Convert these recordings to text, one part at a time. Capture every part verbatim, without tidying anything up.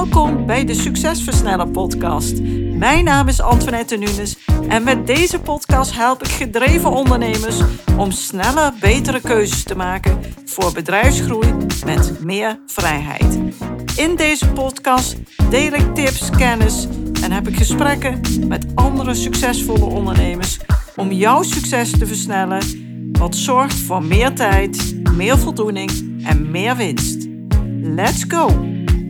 Welkom bij de Succesversneller podcast. Mijn naam is Antoinette Nunes en met deze podcast help ik gedreven ondernemers om snelle, betere keuzes te maken voor bedrijfsgroei met meer vrijheid. In deze podcast deel ik tips, kennis en heb ik gesprekken met andere succesvolle ondernemers om jouw succes te versnellen, wat zorgt voor meer tijd, meer voldoening en meer winst. Let's go!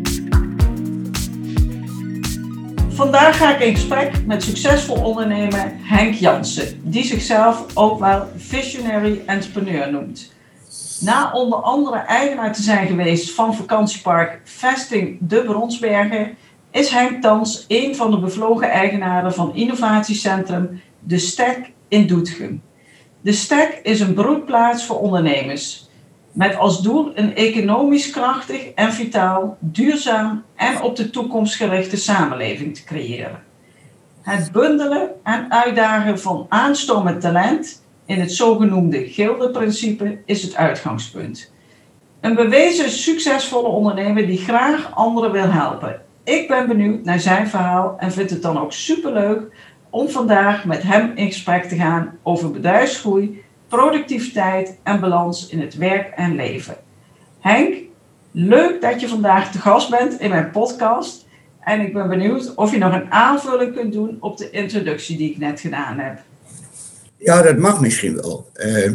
Vandaag ga ik in gesprek met succesvol ondernemer Henk Jansen, die zichzelf ook wel Visionary Entrepreneur noemt. Na onder andere eigenaar te zijn geweest van vakantiepark Vesting de Bronsbergen, is Henk thans een van de bevlogen eigenaren van innovatiecentrum De Stek in Doetinchem. De Stek is een broedplaats voor ondernemers, met als doel een economisch krachtig en vitaal, duurzaam en op de toekomst gerichte samenleving te creëren. Het bundelen en uitdagen van aanstormend talent in het zogenoemde gildeprincipe is het uitgangspunt. Een bewezen succesvolle ondernemer die graag anderen wil helpen. Ik ben benieuwd naar zijn verhaal en vind het dan ook superleuk om vandaag met hem in gesprek te gaan over bedrijfsgroei, productiviteit en balans in het werk en leven. Henk, leuk dat je vandaag te gast bent in mijn podcast. En ik ben benieuwd of je nog een aanvulling kunt doen op de introductie die ik net gedaan heb. Ja, dat mag misschien wel. Uh,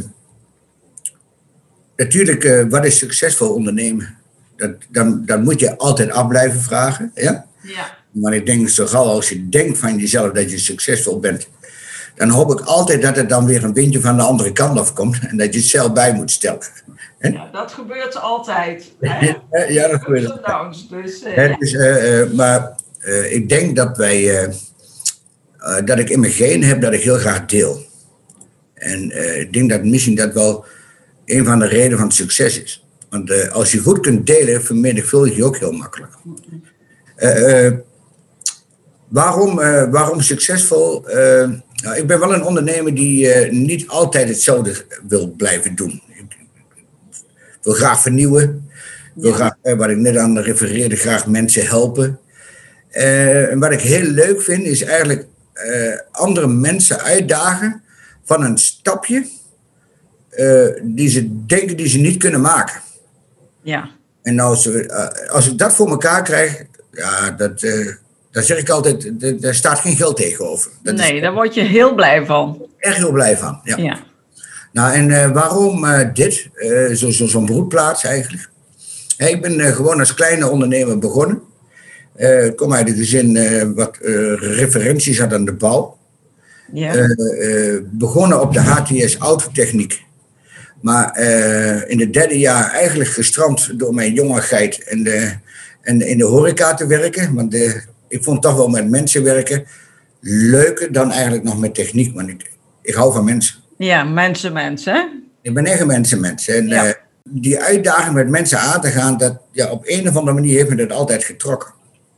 natuurlijk, uh, wat is succesvol ondernemen? Dat, dan, dan moet je altijd af blijven vragen. Ja? Ja. Maar ik denk zo gauw als je denkt van jezelf dat je succesvol bent, dan hoop ik altijd dat er dan weer een windje van de andere kant afkomt en dat je het zelf bij moet stellen. Ja, dat gebeurt altijd. Hè? Ja, dat gebeurt altijd. Dus, uh, He, dus, uh, uh, maar uh, ik denk dat wij, uh, uh, dat ik in mijn genen heb dat ik heel graag deel. En uh, ik denk dat misschien dat wel een van de redenen van het succes is. Want uh, als je goed kunt delen, vermenigvuldig je ook heel makkelijk. Uh, uh, waarom, uh, waarom succesvol? Uh, nou, ik ben wel een ondernemer die uh, niet altijd hetzelfde wil blijven doen. Ik wil graag vernieuwen. Ik wil graag, uh, wat ik net aan refereerde, graag mensen helpen. Uh, en wat ik heel leuk vind, is eigenlijk uh, andere mensen uitdagen van een stapje uh, die ze denken die ze niet kunnen maken. Ja. En nou, als, uh, als ik dat voor elkaar krijg, ja, dat, uh, dan zeg ik altijd, d- daar staat geen geld tegenover. Dat nee, is, daar word je heel blij van. Echt heel blij van, ja. Ja. Nou, en uh, waarom uh, dit? Uh, zo, zo, zo'n broedplaats eigenlijk. Hey, ik ben uh, gewoon als kleine ondernemer begonnen. Uh, ik kom uit een gezin uh, wat uh, referenties had aan de bouw. Ja. Uh, uh, begonnen op de H T S autotechniek. Maar uh, in het derde jaar eigenlijk gestrand door mijn jongigheid en, de, en in de horeca te werken. Want de, ik vond toch wel met mensen werken leuker dan eigenlijk nog met techniek. Want ik, ik hou van mensen. Ja, mensen, mensen. Hè? Ik ben echt een mensenmens. En Ja. uh, die uitdaging met mensen aan te gaan, dat, ja, op een of andere manier heeft me dat altijd getrokken.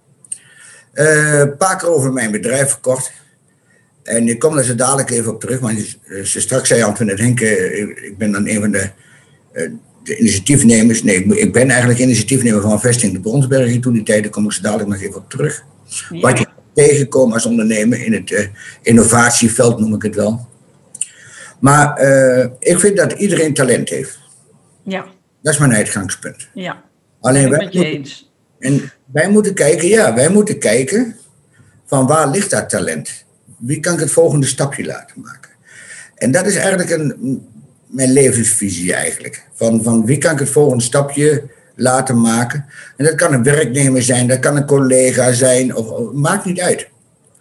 Uh, een paar keer over mijn bedrijf verkocht. En ik kom daar zo dadelijk even op terug. Want ze straks zei Antoinette Henk, ik ben dan een van de, de initiatiefnemers. Nee, ik ben eigenlijk initiatiefnemer van Vesting de Bronsbergen. Toen die tijd, daar kom ik zo dadelijk nog even op terug. Ja. Wat je tegenkomt als ondernemer in het uh, innovatieveld, noem ik het wel. Maar uh, ik vind dat iedereen talent heeft. Ja. Dat is mijn uitgangspunt. Ja. Alleen ben wij ik met je moeten, eens. en wij moeten kijken, ja, wij moeten kijken van waar ligt dat talent? Wie kan ik het volgende stapje laten maken? En dat is eigenlijk een, mijn levensvisie eigenlijk. Van, van wie kan ik het volgende stapje laten maken? En dat kan een werknemer zijn, dat kan een collega zijn, of, of maakt niet uit.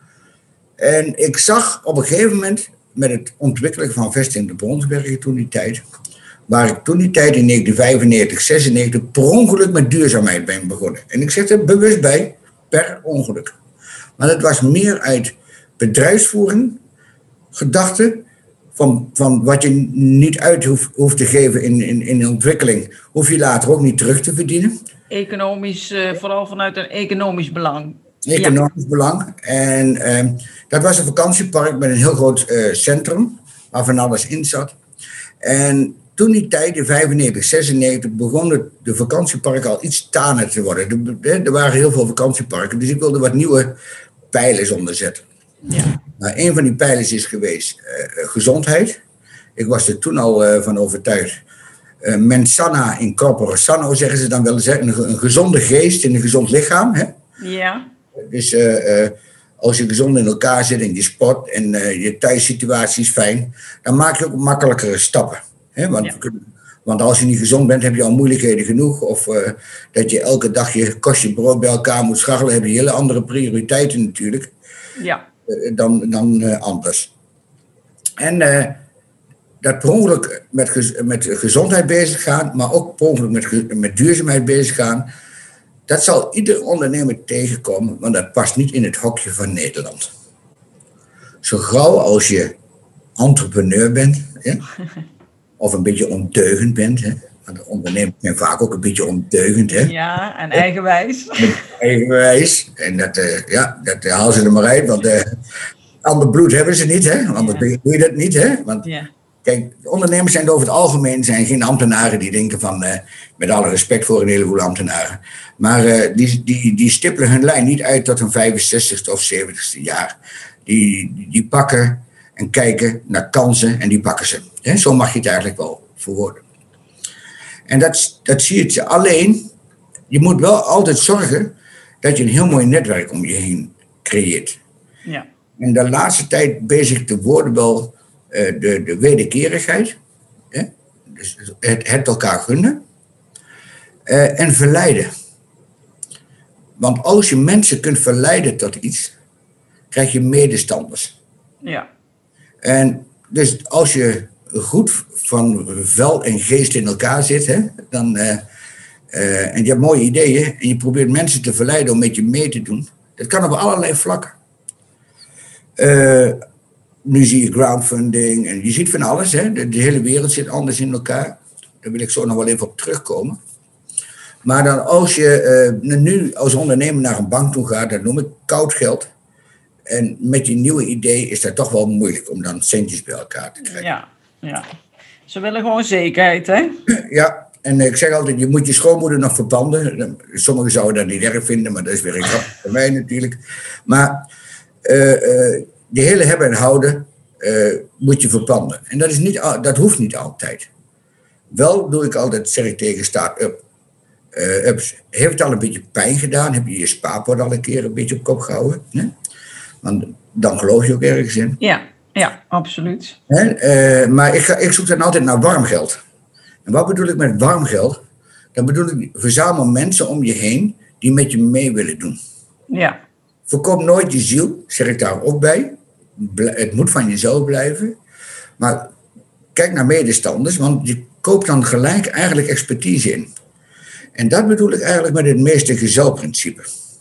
En ik zag op een gegeven moment met het ontwikkelen van Vesting de Bronsbergen toen die tijd, waar ik toen die tijd in negentien vijfennegentig, zesennegentig per ongeluk met duurzaamheid ben begonnen. En ik zeg er bewust bij, per ongeluk. Maar het was meer uit bedrijfsvoering, gedachte, van, van wat je niet uit hoeft, hoeft te geven in, in, in ontwikkeling, hoef je later ook niet terug te verdienen. Economisch, uh, vooral vanuit een economisch belang. Economisch ja. belang. En uh, dat was een vakantiepark met een heel groot uh, centrum, waar van alles in zat. En toen die tijd, in vijfennegentig, zesennegentig, begonnen de vakantieparken al iets taner te worden. Er, er waren heel veel vakantieparken, dus ik wilde wat nieuwe pijlers onderzetten. Ja. Nou, een van die pijlers is geweest uh, gezondheid. Ik was er toen al uh, van overtuigd. Uh, mens sana in corpore sano, zeggen ze dan wel eens. Een, een gezonde geest in een gezond lichaam. Hè? Ja. Dus uh, uh, als je gezond in elkaar zit en je sport en uh, je thuissituatie is fijn, dan maak je ook makkelijkere stappen. Hè? Want, ja. want als je niet gezond bent, heb je al moeilijkheden genoeg. Of uh, dat je elke dag je kostje brood bij elkaar moet scharrelen, heb je hele andere prioriteiten natuurlijk. Ja. Uh, dan dan uh, anders. En uh, dat per ongeluk met, gez- met gezondheid bezig gaan, maar ook per ongeluk met, ge- met duurzaamheid bezig gaan, dat zal ieder ondernemer tegenkomen, want dat past niet in het hokje van Nederland. Zo gauw als je entrepreneur bent, hè, of een beetje ondeugend bent, hè, want ondernemers zijn vaak ook een beetje ondeugend. Hè. Ja, en eigenwijs. Eigenwijs. En dat, uh, ja, dat uh, halen ze er maar uit, want uh, ander bloed hebben ze niet, hè, anders ja. doe je dat niet. Hè, want, ja. Kijk, ondernemers zijn over het algemeen zijn geen ambtenaren die denken van, uh, met alle respect voor een heleboel ambtenaren, maar uh, die, die, die stippelen hun lijn niet uit tot hun vijfenzestigste of zeventigste jaar. Die, die, die pakken en kijken naar kansen en die pakken ze. He, zo mag je het eigenlijk wel verwoorden. En dat, dat zie je alleen, je moet wel altijd zorgen dat je een heel mooi netwerk om je heen creëert. Ja. En de laatste tijd bezig de woorden wel uh, de, de wederkerigheid, hè? Dus het, het elkaar gunnen uh, en verleiden. Want als je mensen kunt verleiden tot iets, krijg je medestanders. Ja. En dus als je goed van vel en geest in elkaar zit, hè, dan, uh, uh, en je hebt mooie ideeën en je probeert mensen te verleiden om met je mee te doen, dat kan op allerlei vlakken. Uh, nu zie je crowdfunding en je ziet van alles. Hè? De, de hele wereld zit anders in elkaar. Daar wil ik zo nog wel even op terugkomen. Maar dan als je uh, nu als ondernemer naar een bank toe gaat, dat noem ik koud geld. En met je nieuwe idee is dat toch wel moeilijk om dan centjes bij elkaar te krijgen. Ja, ja. Ze willen gewoon zekerheid, hè? Ja, en ik zeg altijd, je moet je schoonmoeder nog verpanden. Sommigen zouden dat niet erg vinden, maar dat is weer een grap voor mij natuurlijk. Maar uh, uh, de hele hebben en houden uh, moet je verpanden. En dat, is niet, dat hoeft niet altijd. Wel doe ik altijd, zeg ik tegen start-up. Uh, ups, heeft het al een beetje pijn gedaan? Heb je je spaarpot al een keer een beetje op kop gehouden? Nee? Want dan geloof je ook ergens in. Ja, ja, absoluut. He, uh, maar ik, ga, ik zoek dan altijd naar warm geld. En wat bedoel ik met warm geld? Dan bedoel ik, verzamel mensen om je heen die met je mee willen doen. Ja. Verkoop nooit je ziel, zeg ik daar ook bij. Het moet van jezelf blijven. Maar kijk naar medestanders, want je koopt dan gelijk eigenlijk expertise in. En dat bedoel ik eigenlijk met het meester-gezel-principe.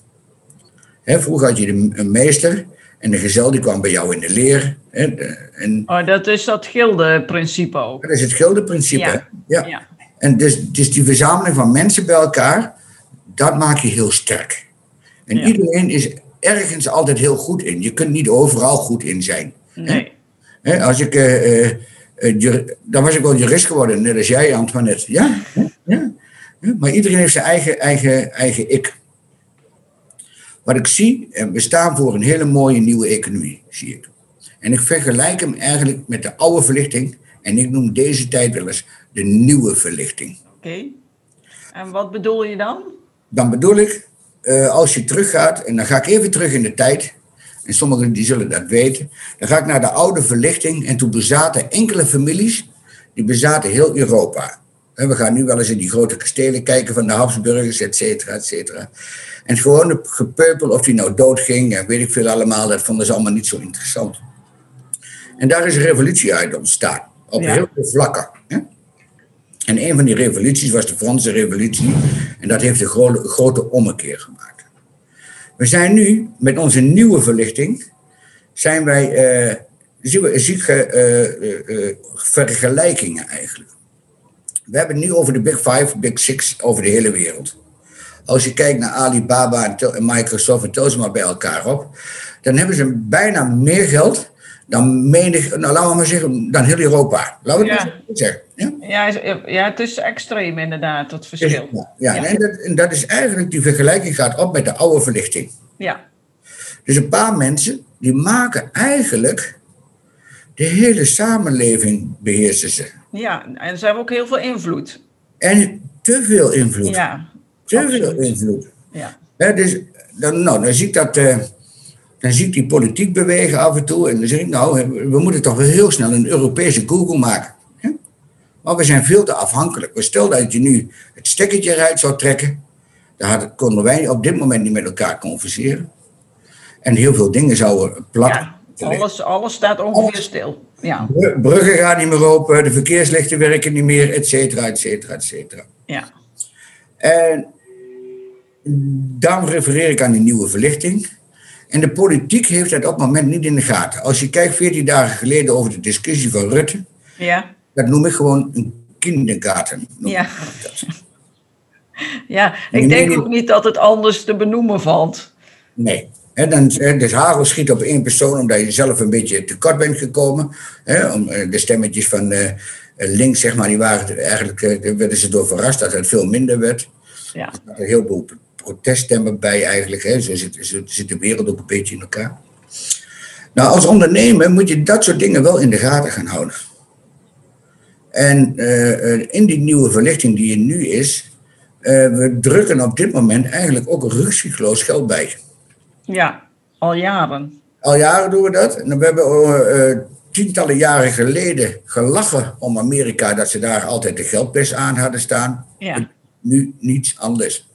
He, vroeger had je een meester en de gezel die kwam bij jou in de leer. He, en oh, dat is dat gildenprincipe ook. Dat is het gildenprincipe. Ja. Ja. Ja. En dus, dus die verzameling van mensen bij elkaar, dat maak je heel sterk. En ja. Iedereen is ergens altijd heel goed in. Je kunt niet overal goed in zijn. Nee. He, als ik, uh, uh, uh, dan was ik wel jurist geworden, net als jij, Antoinette. Ja, ja, ja. Maar iedereen heeft zijn eigen, eigen, eigen ik. Wat ik zie, en we staan voor een hele mooie nieuwe economie, zie ik. En ik vergelijk hem eigenlijk met de oude verlichting. En ik noem deze tijd wel eens de nieuwe verlichting. Oké. Okay. En wat bedoel je dan? Dan bedoel ik, uh, als je teruggaat, en dan ga ik even terug in de tijd. En sommigen die zullen dat weten. Dan ga ik naar de oude verlichting. En toen bezaten enkele families, die bezaten heel Europa. En we gaan nu wel eens in die grote kastelen kijken van de Habsburgers, et cetera, et cetera. En gewoon het gepeupel, of die nou doodging en weet ik veel allemaal, dat vonden ze allemaal niet zo interessant. En daar is een revolutie uit ontstaan, op ja. heel veel vlakken. Hè? En een van die revoluties was de Franse revolutie, en dat heeft een gro- grote ommekeer gemaakt. We zijn nu, met onze nieuwe verlichting, zijn wij, uh, zien we, zie ik, uh, uh, uh, vergelijkingen eigenlijk. We hebben het nu over de Big Five, Big Six, over de hele wereld. Als je kijkt naar Alibaba en Microsoft en tel ze maar bij elkaar op, dan hebben ze bijna meer geld dan menig, nou laten we maar zeggen, dan heel Europa. Laten we het ja. zeggen. Ja? Ja, ja, het is extreem inderdaad, het verschil. Ja, ja, Ja. En, dat, en dat is eigenlijk, die vergelijking gaat op met de oude verlichting. Ja. Dus een paar mensen, die maken eigenlijk de hele samenleving beheersen ze. Ja, en ze hebben ook heel veel invloed. En te veel invloed. Ja, te absoluut. veel invloed. Ja. He, dus, dan, nou, dan zie ik dat... Uh, Dan zie ik die politiek bewegen af en toe. En dan zeg ik, nou, we moeten toch wel heel snel een Europese Google maken. Hè? Maar we zijn veel te afhankelijk. Maar stel dat je nu het stekkertje eruit zou trekken. Dan konden wij op dit moment niet met elkaar converseren. En heel veel dingen zouden plat. Ja, alles, alles staat ongeveer alles. stil. Ja. Bruggen gaan niet meer open. De verkeerslichten werken niet meer. Et cetera, et cetera, et cetera. Ja. En daarom refereer ik aan die nieuwe verlichting. En de politiek heeft dat op het moment niet in de gaten. Als je kijkt veertien dagen geleden over de discussie van Rutte. Ja. Dat noem ik gewoon een kindergarten. Ja. Ja, ik denk ook niet dat het anders te benoemen valt. Nee. He, dan, dus hagel schiet op één persoon omdat je zelf een beetje tekort bent gekomen. He, om, de stemmetjes van uh, links, zeg maar, die waren eigenlijk, uh, werden ze door verrast dat het veel minder werd. Ja. Er waren heel veel proteststemmen bij eigenlijk. Hè. Zo, zit, zo zit de wereld ook een beetje in elkaar. Nou, als ondernemer moet je dat soort dingen wel in de gaten gaan houden. En uh, in die nieuwe verlichting die er nu is, uh, we drukken op dit moment eigenlijk ook rukzichtloos geld bij. Ja, al jaren. Al jaren doen we dat. En we hebben uh, uh, tientallen jaren geleden gelachen om Amerika dat ze daar altijd de geldpers aan hadden staan. Ja. Nu niets anders.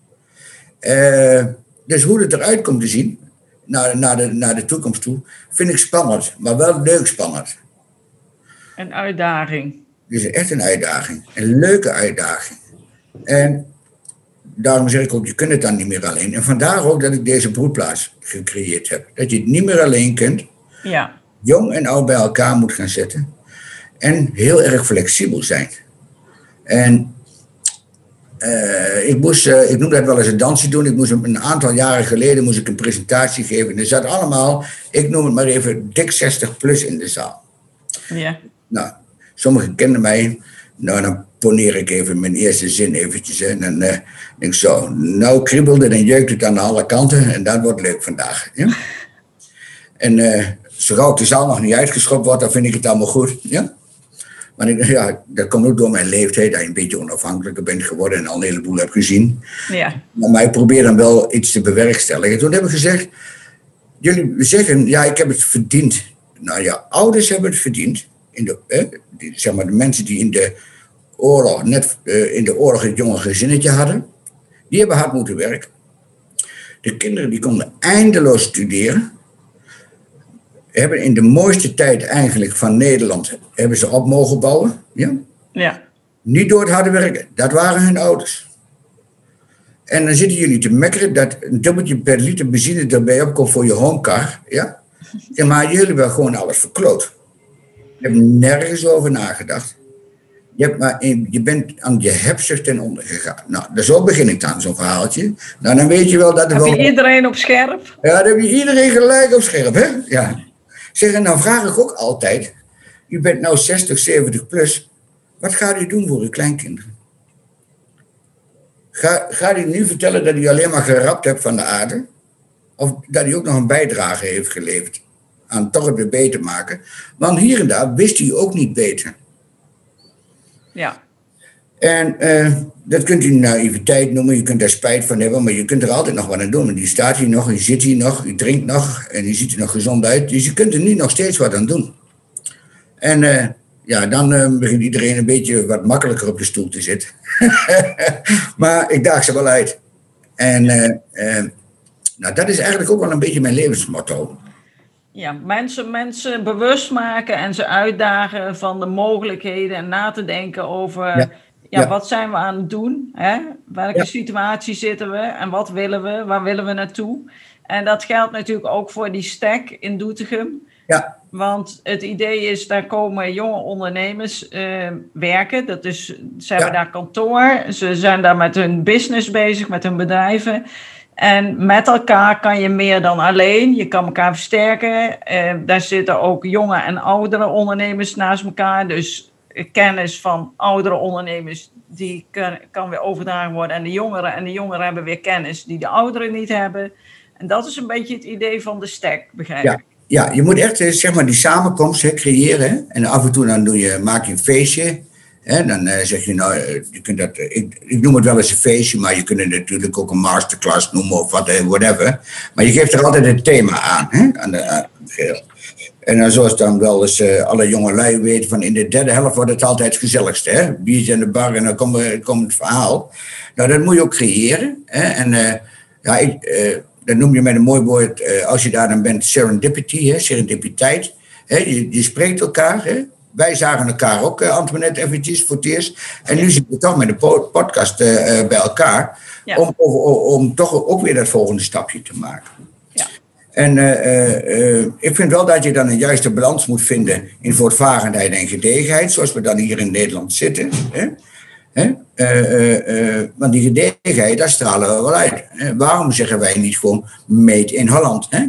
Uh, dus hoe het eruit komt te zien, naar, naar, de, naar de toekomst toe, vind ik spannend. Maar wel leuk spannend. Een uitdaging. Het is echt een uitdaging. Een leuke uitdaging. En daarom zeg ik ook, je kunt het dan niet meer alleen. En vandaar ook dat ik deze broedplaats gecreëerd heb. Dat je het niet meer alleen kunt. Ja. Jong en oud bij elkaar moet gaan zetten. En heel erg flexibel zijn. En uh, ik moest, uh, ik noem dat wel eens een dansje doen. Ik moest een aantal jaren geleden moest ik een presentatie geven. En er zat allemaal, ik noem het maar even, dik zestig plus in de zaal. Ja. Nou, sommigen kenden mij. Nou, dan poneer ik even mijn eerste zin eventjes. Hè. En dan uh, denk ik zo, nou kriebelde en jeukt het aan alle kanten. En dat wordt leuk vandaag. Ja? En uh, zo gauw de zaal nog niet uitgeschopt wordt, dan vind ik het allemaal goed. Ja? Maar ik, ja, dat komt ook door mijn leeftijd, dat je een beetje onafhankelijker bent geworden en al een heleboel heb gezien. Ja. Maar ik probeer dan wel iets te bewerkstelligen. Toen heb ik gezegd, jullie zeggen, ja, ik heb het verdiend. Nou ja, ouders hebben het verdiend. In de, eh, die, zeg maar de mensen die in de oorlog, net uh, in de oorlog het jonge gezinnetje hadden, die hebben hard moeten werken. De kinderen die konden eindeloos studeren. Hebben in de mooiste tijd eigenlijk van Nederland, hebben ze op mogen bouwen. Ja? Ja. Niet door het harde werken, dat waren hun ouders. En dan zitten jullie te mekkeren dat een dubbeltje per liter benzine erbij opkomt voor je homecar. Ja? Ja, maar jullie hebben gewoon alles verkloot. Je hebt nergens over nagedacht. Je, hebt maar een, je bent aan je hebzucht ten onder gegaan. Nou, dus zo begin ik dan, zo'n verhaaltje. Nou, dan weet je wel dat... Er heb wel... je iedereen op scherp? Ja, dan heb je iedereen gelijk op scherp, hè? Ja. Zeg, en dan vraag ik ook altijd... U bent nou zestig, zeventig plus. Wat gaat u doen voor uw kleinkinderen? Ga, gaat u nu vertellen dat u alleen maar gerapt hebt van de aarde? Of dat u ook nog een bijdrage heeft geleverd aan toch het weer beter maken? Want hier en daar wist u ook niet beter. Ja. En uh, dat kunt u naïviteit noemen, je kunt daar spijt van hebben, maar je kunt er altijd nog wat aan doen. En die staat hier nog, je zit hier nog, je drinkt nog en je ziet er nog gezond uit. Dus je kunt er nu nog steeds wat aan doen. En uh, ja, dan uh, begint iedereen een beetje wat makkelijker op de stoel te zitten. Maar ik daag ze wel uit. En uh, uh, nou, dat is eigenlijk ook wel een beetje mijn levensmotto. Ja, mensen, mensen bewust maken en ze uitdagen van de mogelijkheden en na te denken over... Ja. Ja, ja. Wat zijn we aan het doen? Hè? Welke ja. situatie zitten we? En wat willen we? Waar willen we naartoe? En dat geldt natuurlijk ook voor die stek in Doetinchem. Ja. Want het idee is, daar komen jonge ondernemers uh, werken. Dat is, ze hebben ja. daar kantoor. Ze zijn daar met hun business bezig, met hun bedrijven. En met elkaar kan je meer dan alleen. Je kan elkaar versterken. Uh, daar zitten ook jonge en oudere ondernemers naast elkaar. Dus kennis van oudere ondernemers, die kan, kan weer overdragen worden. En de jongeren en de jongeren hebben weer kennis die de ouderen niet hebben. En dat is een beetje het idee van de stack, begrijp ik. Ja. Ja, je moet echt zeg maar, die samenkomst hè, creëren. Hè? En af en toe dan doe je, maak je een feestje. Hè? Dan uh, zeg je, nou, je kunt dat, ik, ik noem het wel eens een feestje, maar je kunt het natuurlijk ook een masterclass noemen of wat, whatever. Maar je geeft er altijd een thema aan. Hè? Aan de, aan het geheel. En dan zoals dan wel eens uh, alle jongelui weten, van in de derde helft wordt het altijd het gezelligste. Hè? Biertje in de bar en dan komt, komt het verhaal. Nou, dat moet je ook creëren. Hè? En uh, ja, ik... Uh, Dat noem je met een mooi woord, uh, als je daar dan bent, serendipity, hè, serendipiteit. Hè, je, je spreekt elkaar. Hè. Wij zagen elkaar ook, uh, Antoinette, eventjes voor het eerst. En nu zitten we toch met de podcast uh, uh, bij elkaar. Ja. Om, om, om toch ook weer dat volgende stapje te maken. Ja. En uh, uh, ik vind wel dat je dan een juiste balans moet vinden in voortvarendheid en gedegenheid. Zoals we dan hier in Nederland zitten. Hè. He? Uh, uh, uh, want die gedegenheid, daar stralen we wel uit. He? Waarom zeggen wij niet gewoon made in Holland? He?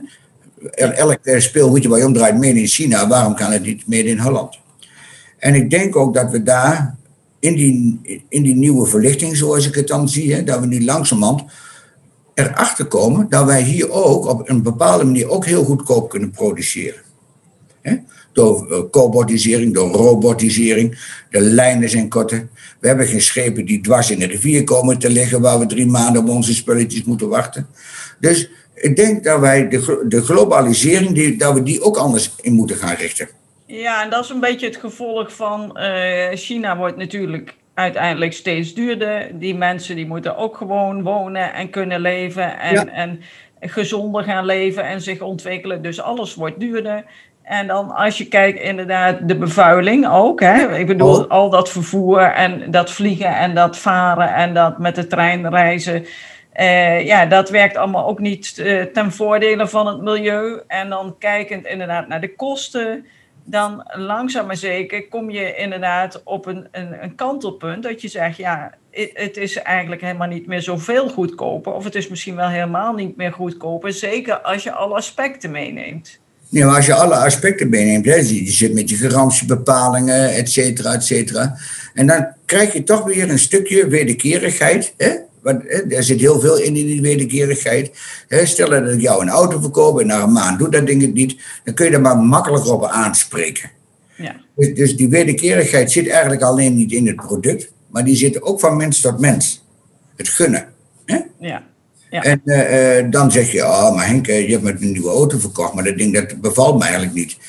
Elk uh, speelgoedje waar je omdraait made in China, waarom kan het niet made in Holland? En ik denk ook dat we daar in die, in die nieuwe verlichting, zoals ik het dan zie, he, dat we nu langzamerhand erachter komen dat wij hier ook op een bepaalde manier ook heel goedkoop kunnen produceren. He? Door cobotisering, door robotisering. De lijnen zijn korter. We hebben geen schepen die dwars in de rivier komen te liggen, waar we drie maanden op onze spulletjes moeten wachten. Dus ik denk dat wij de, de globalisering, die, dat we die ook anders in moeten gaan richten. Ja, en dat is een beetje het gevolg van uh, China wordt natuurlijk uiteindelijk steeds duurder. Die mensen die moeten ook gewoon wonen en kunnen leven en, ja. en gezonder gaan leven en zich ontwikkelen. Dus alles wordt duurder. En dan als je kijkt inderdaad de bevuiling ook. Hè? Ik bedoel oh. al dat vervoer en dat vliegen en dat varen en dat met de trein reizen. Uh, ja, dat werkt allemaal ook niet uh, ten voordele van het milieu. En dan kijkend inderdaad naar de kosten. Dan langzaam maar zeker kom je inderdaad op een, een, een kantelpunt. Dat je zegt, ja, het, het is eigenlijk helemaal niet meer zoveel goedkoper. Of het is misschien wel helemaal niet meer goedkoper. Zeker als je alle aspecten meeneemt. Nee, maar als je alle aspecten meeneemt, hè, je zit met je garantiebepalingen, et cetera, et cetera. En dan krijg je toch weer een stukje wederkerigheid. Hè? Want hè, er zit heel veel in, in die wederkerigheid. Hè, stel dat ik jou een auto verkoop en na een maand doet dat ding het niet, dan kun je er maar makkelijker op aanspreken. Ja. Dus, dus die wederkerigheid zit eigenlijk alleen niet in het product, maar die zit ook van mens tot mens. Het gunnen. Hè? Ja. Ja. En uh, uh, dan zeg je, oh, maar Henk, je hebt me een nieuwe auto verkocht, maar dat ding dat bevalt me eigenlijk niet.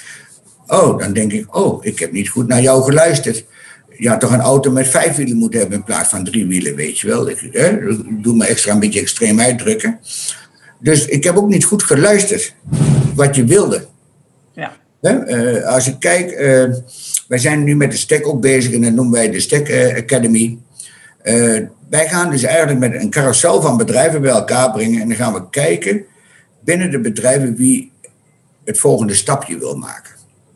Oh, dan denk ik, oh, ik heb niet goed naar jou geluisterd. Je had toch een auto met vijf wielen moeten hebben in plaats van drie wielen, weet je wel. Ik, hè, ik doe me extra een beetje extreem uitdrukken. Dus ik heb ook niet goed geluisterd wat je wilde. Ja. Hè? Uh, als ik kijk, uh, wij zijn nu met de Stack ook bezig en dat noemen wij de Stack uh, Academy. Uh, wij gaan dus eigenlijk met een carousel van bedrijven bij elkaar brengen en dan gaan we kijken binnen de bedrijven wie het volgende stapje wil maken.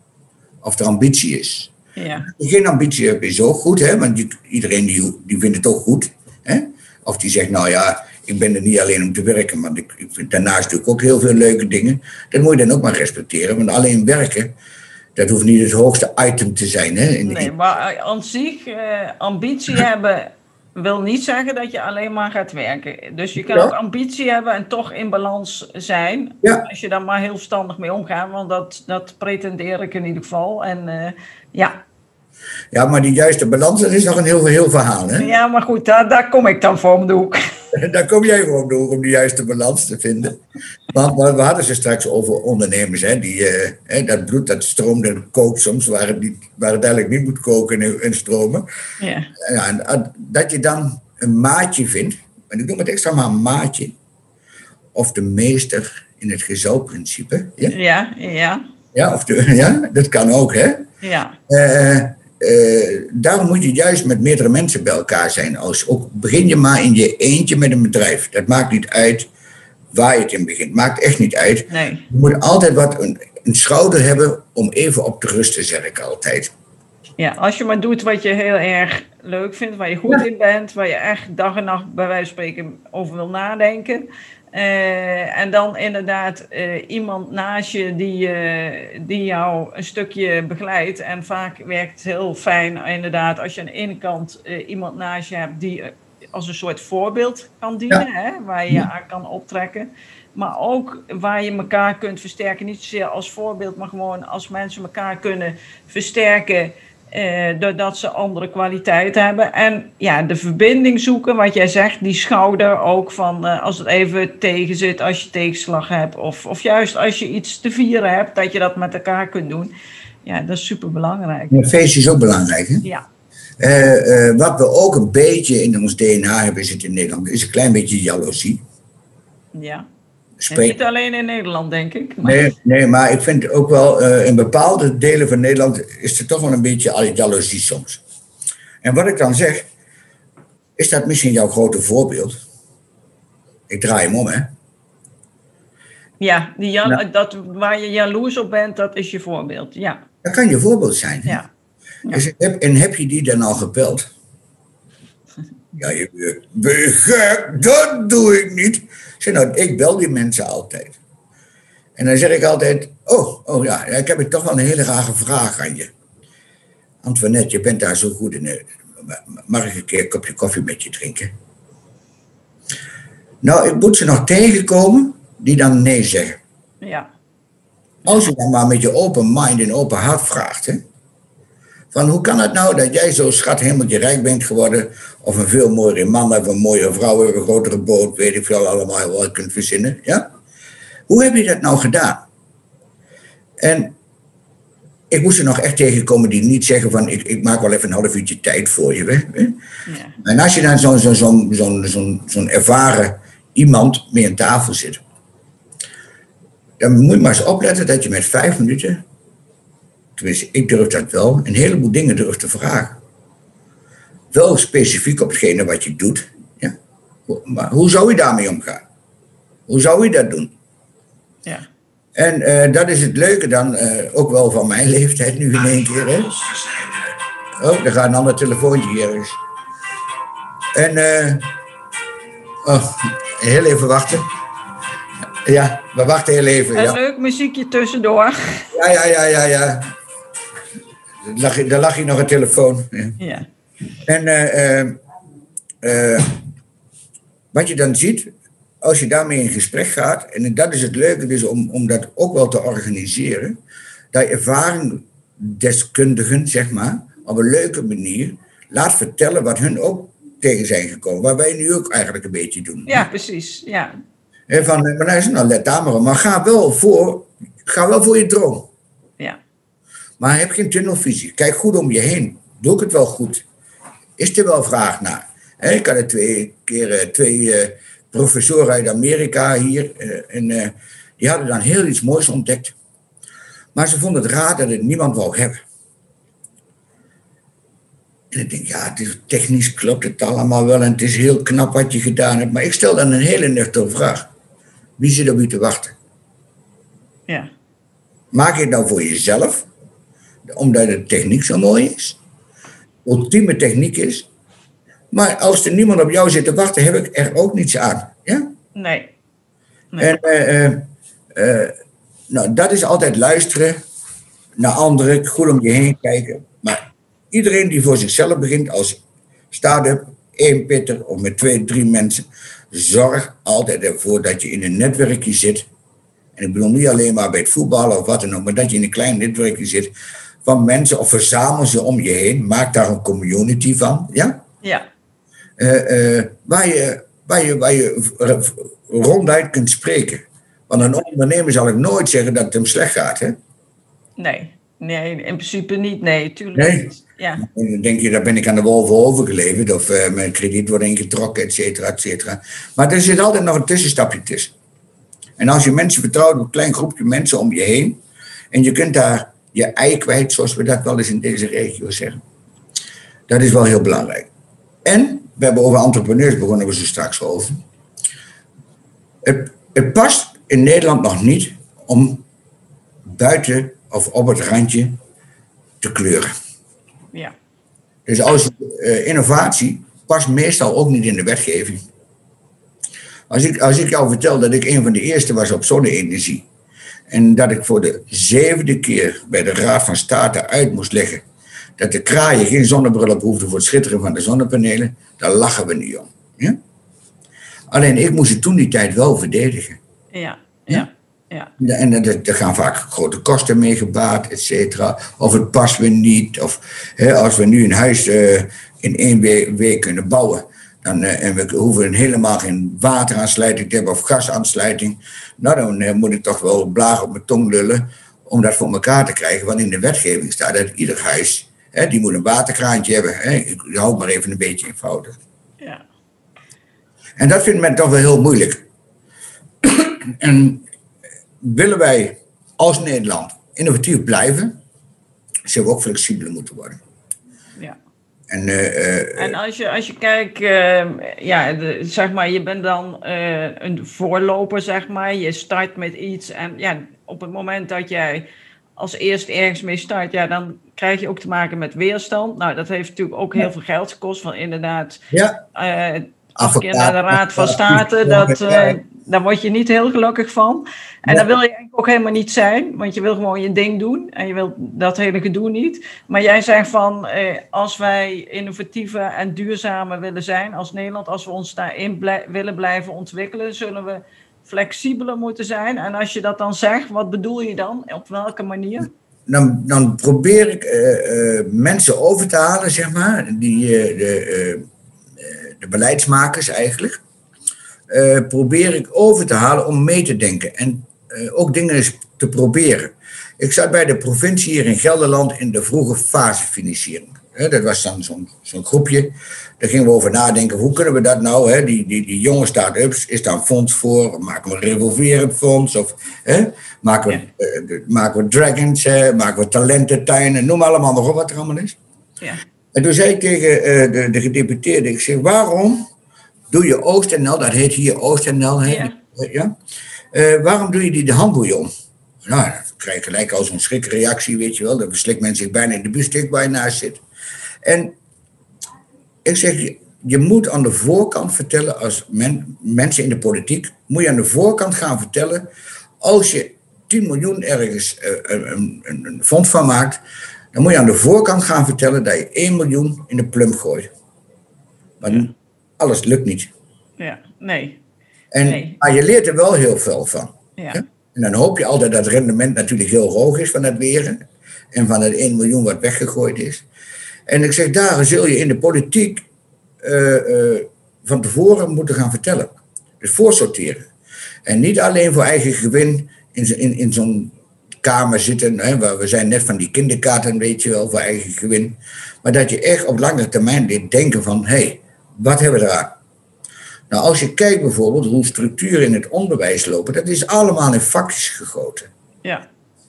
Of er ambitie is. Ja. Als je geen ambitie hebt is ook goed, hè? Want die, iedereen die, die vindt het ook goed. Hè? Of die zegt, nou ja, ik ben er niet alleen om te werken, maar ik, ik vind daarnaast natuurlijk ook heel veel leuke dingen. Dat moet je dan ook maar respecteren, want alleen werken, dat hoeft niet het hoogste item te zijn. Hè? In nee, maar aan zich, uh, ambitie hebben wil niet zeggen dat je alleen maar gaat werken. Dus je kan ja. ook ambitie hebben en toch in balans zijn. Ja. Als je daar maar heel verstandig mee omgaat, want dat, dat pretendeer ik in ieder geval. En uh, ja. Ja, maar die juiste balans, dat is nog een heel, heel verhaal, hè? Ja, maar goed, daar, daar kom ik dan voor om de hoek. Daar kom jij voor om de hoek om die juiste balans te vinden. Want we hadden ze straks over ondernemers, hè, die, uh, dat bloed dat stroomt en kookt soms, waar het, niet, waar het eigenlijk niet moet koken en, en stromen. Ja. Ja, en dat je dan een maatje vindt, en ik noem het extra maar een maatje, of de meester in het gezelprincipe. Ja, ja. Ja, ja, of de, ja dat kan ook, hè? Ja. Uh, Uh, daarom moet je juist met meerdere mensen bij elkaar zijn. Als ook begin je maar in je eentje met een bedrijf. Dat maakt niet uit waar je het in begint. Maakt echt niet uit. Nee. Je moet altijd wat een, een schouder hebben om even op te rusten, zeg ik altijd. Ja, als je maar doet wat je heel erg leuk vindt, waar je goed ja. in bent, waar je echt dag en nacht bij wijze van spreken over wil nadenken. Uh, en dan inderdaad uh, iemand naast je die, uh, die jou een stukje begeleidt. En vaak werkt het heel fijn inderdaad als je aan de ene kant uh, iemand naast je hebt die uh, als een soort voorbeeld kan dienen. Ja. Hè, waar je je aan kan optrekken. Maar ook waar je elkaar kunt versterken. Niet zozeer als voorbeeld, maar gewoon als mensen elkaar kunnen versterken. Uh, doordat ze andere kwaliteiten hebben. En ja, de verbinding zoeken, wat jij zegt, die schouder ook van uh, als het even tegen zit, als je tegenslag hebt. Of, of juist als je iets te vieren hebt, dat je dat met elkaar kunt doen. Ja, dat is super belangrijk. Een feestje is ook belangrijk, hè? Ja. Uh, uh, wat we ook een beetje in ons D N A hebben zitten in Nederland, is een klein beetje jaloezie. Ja. En niet alleen in Nederland, denk ik. Maar... Nee, nee, maar ik vind ook wel, uh, in bepaalde delen van Nederland is er toch wel een beetje jaloezie soms. En wat ik dan zeg, is dat misschien jouw grote voorbeeld? Ik draai hem om, hè? Ja, die jalo- nou, dat, waar je jaloers op bent, dat is je voorbeeld, ja. Dat kan je voorbeeld zijn. Ja. Ja. Dus heb, en heb je die dan al gebeld? Ja, je ben je gek? Dat doe ik niet. Ik zeg, nou, ik bel die mensen altijd. En dan zeg ik altijd, oh, oh ja, ik heb toch wel een hele rare vraag aan je. Antoinette, je bent daar zo goed in. Mag ik een keer een kopje koffie met je drinken? Nou, ik moet ze nog tegenkomen die dan nee zeggen. Ja. Als je dan maar met je open mind en open hart vraagt, hè. Van hoe kan het nou dat jij zo schat hemeltje rijk bent geworden, of een veel mooiere man, of een mooiere vrouw, of een grotere boot, weet ik veel allemaal wat je kunt verzinnen, ja? Hoe heb je dat nou gedaan? En ik moest er nog echt tegenkomen die niet zeggen van, ik, ik maak wel even een half uurtje tijd voor je, hè? Ja. En als je dan zo'n zo, zo, zo, zo, zo'n ervaren iemand mee aan tafel zit, dan moet je maar eens opletten dat je met vijf minuten, tenminste, ik durf dat wel, een heleboel dingen durf te vragen. Wel specifiek op hetgene wat je doet. Ja. Maar hoe zou je daarmee omgaan? Hoe zou je dat doen? Ja. En uh, dat is het leuke dan, uh, ook wel van mijn leeftijd nu in één keer. Hè? Oh, er gaat een ander telefoontje hier eens. En, uh, oh, heel even wachten. Ja, we wachten heel even. Een ja. leuk muziekje tussendoor. Ja, ja, ja, ja, ja. Daar lag hier nog een telefoon. Ja. Ja. En uh, uh, uh, wat je dan ziet, als je daarmee in gesprek gaat, en dat is het leuke dus om, om dat ook wel te organiseren, dat je ervaringsdeskundigen, zeg maar, op een leuke manier laat vertellen wat hun ook tegen zijn gekomen. Wat wij nu ook eigenlijk een beetje doen. Ja, precies. Ja. En van, maar nou, nou let daar maar op, maar ga wel voor, ga wel voor je droom. Ja. Maar heb geen tunnelvisie. Kijk goed om je heen. Doe ik het wel goed? Is er wel vraag naar? He, ik had er twee keer twee uh, professoren uit Amerika hier. Uh, en uh, die hadden dan heel iets moois ontdekt. Maar ze vonden het raar dat het niemand wou hebben. En ik denk, ja, het is, technisch klopt het allemaal wel. En het is heel knap wat je gedaan hebt. Maar ik stel dan een hele nuchtere vraag. Wie zit op u te wachten? Ja. Maak je het nou voor jezelf? Omdat de techniek zo mooi is. Ultieme techniek is. Maar als er niemand op jou zit te wachten, heb ik er ook niets aan. Ja? Nee. nee. En uh, uh, uh, nou, dat is altijd luisteren naar anderen, goed om je heen kijken. Maar iedereen die voor zichzelf begint als start-up, één pitter of met twee, drie mensen, zorg altijd ervoor dat je in een netwerkje zit. En ik bedoel niet alleen maar bij het voetballen of wat dan ook, maar dat je in een klein netwerkje zit van mensen, of verzamel ze om je heen. Maak daar een community van, ja? Ja. Uh, uh, waar, je, waar, je, waar je ronduit kunt spreken. Want een ondernemer zal ik nooit zeggen dat het hem slecht gaat, hè? Nee, nee, in principe niet, nee, tuurlijk nee. niet. Ja. En dan denk je, daar ben ik aan de wolven overgeleverd, of uh, mijn krediet wordt ingetrokken, et cetera, et cetera. Maar er zit altijd nog een tussenstapje tussen. En als je mensen vertrouwt, een klein groepje mensen om je heen, en je kunt daar je ei kwijt, zoals we dat wel eens in deze regio zeggen. Dat is wel heel belangrijk. En, we hebben over entrepreneurs begonnen we zo straks over. Het, het past in Nederland nog niet om buiten of op het randje te kleuren. Ja. Dus als uh, innovatie past meestal ook niet in de wetgeving. Als ik, als ik jou vertel dat ik een van de eerste was op zonne-energie. En dat ik voor de zevende keer bij de Raad van State uit moest leggen dat de kraaien geen zonnebril op hoefden voor het schitteren van de zonnepanelen, daar lachen we niet om. Ja? Alleen ik moest het toen die tijd wel verdedigen. Ja, ja, ja. ja en er, er gaan vaak grote kosten mee gebaat, et cetera. Of het past weer niet. Of hè, als we nu een huis uh, in één week, week kunnen bouwen. Dan, uh, en we hoeven helemaal geen wateraansluiting te hebben of gasaansluiting. Nou, dan uh, moet ik toch wel blagen op mijn tong lullen om dat voor elkaar te krijgen. Want in de wetgeving staat dat ieder huis, hè, die moet een waterkraantje hebben. Hè. Ik hou maar even een beetje eenvoudig. Ja. En dat vindt men toch wel heel moeilijk. En willen wij als Nederland innovatief blijven, zullen we ook flexibeler moeten worden. Ja. En, uh, uh, en als je, als je kijkt, uh, ja, de, zeg maar, je bent dan uh, een voorloper, zeg maar. Je start met iets en ja, op het moment dat jij als eerste ergens mee start, ja, dan krijg je ook te maken met weerstand. Nou, dat heeft natuurlijk ook heel veel geld gekost, van inderdaad ja. uh, acht keer naar de Raad van State, dat, uh, daar word je niet heel gelukkig van. En ja. daar wil je eigenlijk ook helemaal niet zijn, want je wil gewoon je ding doen en je wil dat hele gedoe niet. Maar jij zegt van, eh, als wij innovatiever en duurzamer willen zijn als Nederland, als we ons daarin blij- willen blijven ontwikkelen, zullen we flexibeler moeten zijn. En als je dat dan zegt, wat bedoel je dan? Op welke manier? Dan, dan probeer ik uh, uh, mensen over te halen, zeg maar, die uh, de... Uh, de beleidsmakers eigenlijk, uh, probeer ik over te halen om mee te denken en uh, ook dingen eens te proberen. Ik zat bij de provincie hier in Gelderland in de vroege fasefinanciering. He, dat was dan zo'n, zo'n groepje, daar gingen we over nadenken, hoe kunnen we dat nou, he, die, die, die jonge start-ups, is daar een fonds voor, maken we een revolverend fonds, of he, maken, we, ja. uh, maken we dragons, he, maken we talententuinen, noem allemaal nog op wat er allemaal is. Ja. En toen zei ik tegen uh, de, de gedeputeerde, ik zeg, waarom doe je OostNL, dat heet hier OostNL, hè? Ja. Ja? Uh, waarom doe je die de handboeien om? Nou, dan krijg je gelijk al zo'n schrikreactie, weet je wel, dan verslikt men zich bijna in de biefstuk waar je naast zit. En ik zeg, je, je moet aan de voorkant vertellen, als men, mensen in de politiek, moet je aan de voorkant gaan vertellen, als je tien miljoen ergens uh, een, een, een fonds van maakt, dan moet je aan de voorkant gaan vertellen dat je één miljoen in de plum gooit. Maar ja. alles lukt niet. Ja, nee. En, nee. Maar je leert er wel heel veel van. Ja. Ja? En dan hoop je altijd dat het rendement natuurlijk heel hoog is van het leren. En van het één miljoen wat weggegooid is. En ik zeg, daar zul je in de politiek uh, uh, van tevoren moeten gaan vertellen. Dus voorsorteren. En niet alleen voor eigen gewin in, in, in zo'n kamer zitten, hè, waar we zijn net van die kinderkaarten, weet je wel, voor eigen gewin. Maar dat je echt op lange termijn leert denken van, hé, hey, wat hebben we eraan? Nou, als je kijkt bijvoorbeeld hoe structuren in het onderwijs lopen, dat is allemaal in vakjes gegoten. Ja.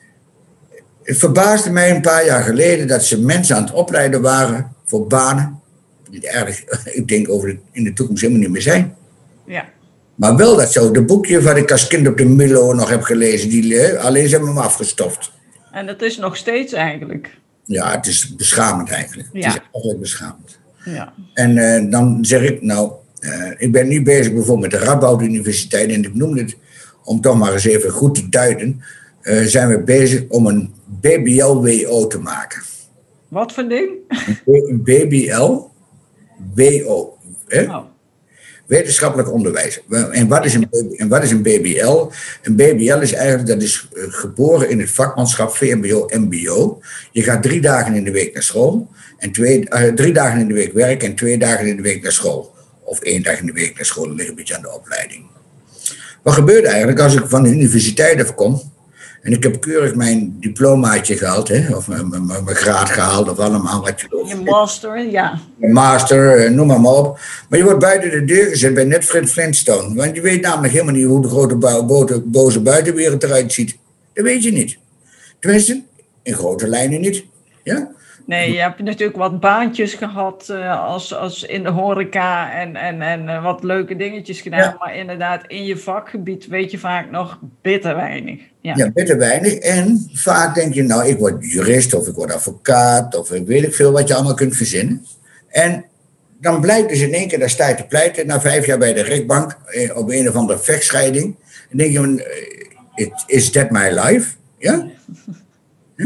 Het verbaasde mij een paar jaar geleden dat ze mensen aan het opleiden waren voor banen, die eigenlijk, ik denk, over de, in de toekomst helemaal niet meer zijn. Ja. Maar wel dat zo, de boekje wat ik als kind op de Milo nog heb gelezen, die, alleen zijn we hem afgestoft. En dat is nog steeds eigenlijk. Ja, het is beschamend eigenlijk. Ja. Het is eigenlijk beschamend. Ja. En uh, dan zeg ik, nou, uh, ik ben nu bezig bijvoorbeeld met de Radboud Universiteit en ik noem het, om toch maar eens even goed te duiden, uh, zijn we bezig om een B B L W O te maken. Wat voor ding? Een B B L W O. Hè? Oh. Wetenschappelijk onderwijs. En wat, is een, en wat is een B B L? Een B B L is eigenlijk, dat is geboren in het vakmanschap V M B O M B O. Je gaat drie dagen in de week naar school. En twee, uh, drie dagen in de week werken en twee dagen in de week naar school. Of één dag in de week naar school, dat ligt een beetje aan de opleiding. Wat gebeurt eigenlijk als ik van de universiteit afkom? En ik heb keurig mijn diplomaatje gehaald, hè, of mijn, mijn, mijn graad gehaald, of allemaal wat je wil. Je master, ja. Een master, noem maar, maar op. Maar je wordt buiten de deur gezet bij net Fred Flintstone. Want je weet namelijk helemaal niet hoe de grote bo- boze buitenwereld eruit ziet. Dat weet je niet. Tenminste, in grote lijnen niet. Ja? Nee, je hebt natuurlijk wat baantjes gehad uh, als, als in de horeca en, en, en uh, wat leuke dingetjes gedaan. Ja. Maar inderdaad, in je vakgebied weet je vaak nog bitter weinig. Ja. ja, bitter weinig. En vaak denk je, nou, ik word jurist of ik word advocaat of weet ik veel wat je allemaal kunt verzinnen. En dan blijkt dus in één keer, daar sta je te pleiten na vijf jaar bij de rechtbank eh, op een of andere vechtscheiding. En denk je, is that my life? Ja? Hm?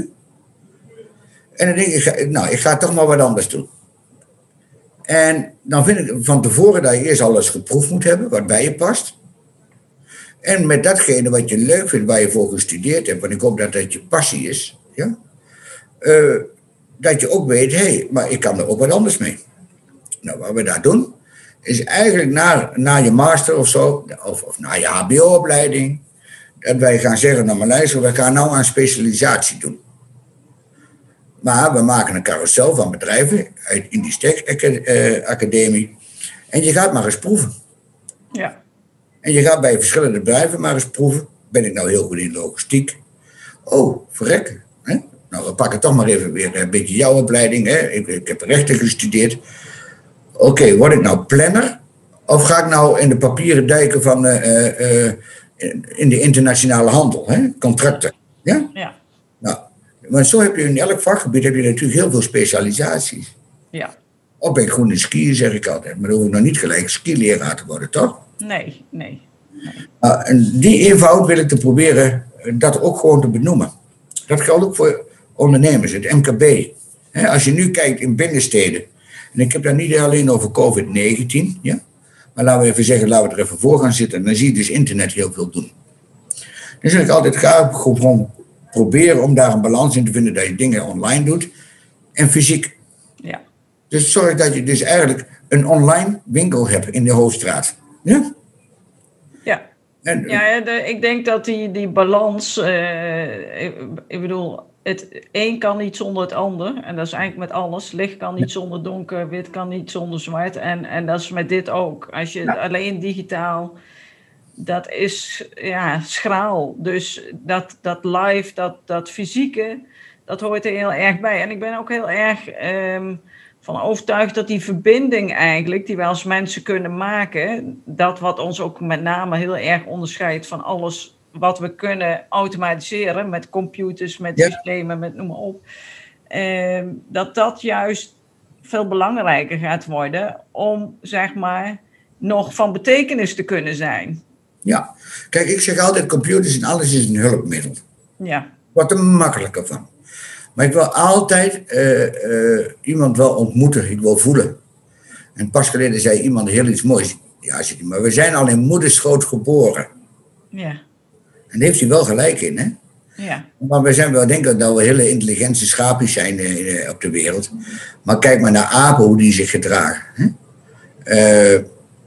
En dan denk ik, nou, ik ga toch maar wat anders doen. En dan vind ik van tevoren dat je eerst alles geproefd moet hebben, wat bij je past. En met datgene wat je leuk vindt, waar je voor gestudeerd hebt, want ik hoop dat dat je passie is, ja? Uh, dat je ook weet, hé, hey, maar ik kan er ook wat anders mee. Nou, wat we daar doen, is eigenlijk na, na je master of zo, of, of na je H B O-opleiding, dat wij gaan zeggen, nou maar luister, we gaan nou aan specialisatie doen. Maar we maken een carousel van bedrijven uit Inditech Academie. En je gaat maar eens proeven. Ja. En je gaat bij verschillende bedrijven maar eens proeven. Ben ik nou heel goed in logistiek? Oh, verrekken. Hè? Nou, we pakken toch maar even weer een beetje jouw opleiding. Hè? Ik, ik heb rechten gestudeerd. Oké, okay, word ik nou planner? Of ga ik nou in de papieren duiken van uh, uh, in de internationale handel? Hè? Contracten. Ja? Ja. Nou, maar zo heb je in elk vakgebied heb je natuurlijk heel veel specialisaties. Ja. Of ben ik goed in skiën, zeg ik altijd. Maar dan hoef ik nog niet gelijk skileraar te worden, toch? Nee, nee. nee. Nou, en die eenvoud wil ik te proberen dat ook gewoon te benoemen. Dat geldt ook voor ondernemers, het M K B. He, als je nu kijkt in binnensteden, en ik heb daar niet alleen over covid negentien, ja? Maar laten we even zeggen, laten we er even voor gaan zitten. Dan zie je dus internet heel veel doen. Dan zeg ik altijd, ga gewoon proberen om daar een balans in te vinden dat je dingen online doet en fysiek. Ja. Dus zorg dat je dus eigenlijk een online winkel hebt in de Hoofdstraat. Ja? Ja. En, ja, de, ik denk dat die, die balans, uh, ik, ik bedoel, het een kan niet zonder het ander. En dat is eigenlijk met alles. Licht kan niet zonder donker, wit kan niet zonder zwart. En, en dat is met dit ook. Als je ja. alleen digitaal, dat is ja, schraal. Dus dat, dat live, dat, dat fysieke, dat hoort er heel erg bij. En ik ben ook heel erg um, van overtuigd dat die verbinding eigenlijk, die wij als mensen kunnen maken, dat wat ons ook met name heel erg onderscheidt van alles wat we kunnen automatiseren met computers, met ja. systemen, met noem maar op. Uh, dat dat juist veel belangrijker gaat worden om, zeg maar, nog van betekenis te kunnen zijn. Ja, kijk, ik zeg altijd, computers en alles is een hulpmiddel. Ja. Wordt er makkelijker van. Maar ik wil altijd uh, uh, iemand wel ontmoeten, ik wil voelen. En pas geleden zei iemand heel iets moois. Ja, maar we zijn al in moederschoot geboren. Ja. En daar heeft hij wel gelijk in, hè? Ja. Maar we zijn wel denken dat we hele intelligente schaapjes zijn uh, op de wereld. Maar kijk maar naar apen, hoe die zich gedragen. Hè? Uh,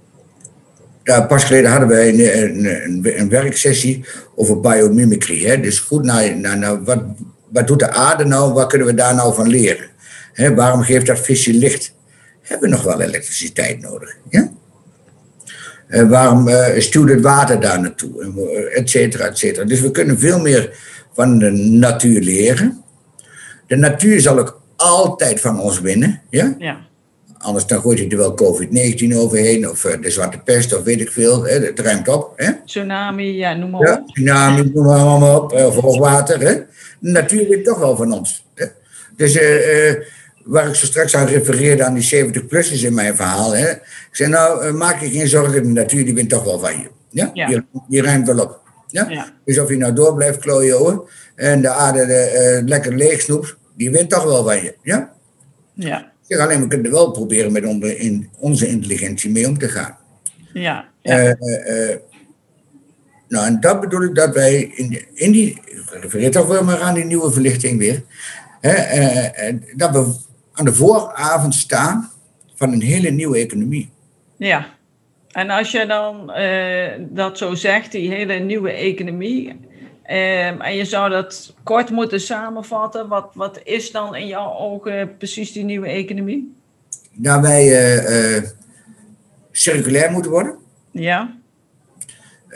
daar pas geleden hadden wij een, een, een, een werksessie over biomimicry. Hè? Dus goed naar, naar, naar wat, wat doet de aarde nou, wat kunnen we daar nou van leren? Hè? Waarom geeft dat visje licht? Hebben we nog wel elektriciteit nodig? Ja? Uh, waarom uh, stuwt het water daar naartoe? Et cetera, et cetera. Dus we kunnen veel meer van de natuur leren. De natuur zal ook altijd van ons winnen. Ja? Ja. Anders dan gooit hij er wel covid negentien overheen. Of uh, de zwarte pest, of weet ik veel. Hè? Het ruimt op. Hè? Tsunami, ja, noem maar ja, op. Tsunami, noem maar allemaal op. Of hoogwater. Hè? De natuur wint toch wel van ons. Hè? Dus... Uh, uh, waar ik zo straks aan refereerde aan die zeventig-plussers in mijn verhaal. Hè. Ik zei, nou, maak je geen zorgen, de natuur die wint toch wel van je. Ja? Ja. Die, die ruimt wel op. Ja? Ja. Dus of je nou door blijft klooien, hoor, en de aarde de, uh, lekker leeg snoept, die wint toch wel van je. Ja? Ja. Ik zeg alleen, we kunnen er wel proberen met onze, in, onze intelligentie mee om te gaan. Ja. Ja. Uh, uh, uh, nou, en dat bedoel ik dat wij in, in die, ik refereer toch wel maar aan die nieuwe verlichting weer, hè, uh, uh, dat we aan de vooravond staan van een hele nieuwe economie. Ja, en als je dan uh, dat zo zegt, die hele nieuwe economie, uh, en je zou dat kort moeten samenvatten, wat, wat is dan in jouw ogen precies die nieuwe economie? Dat wij uh, uh, circulair moeten worden. Ja. Uh,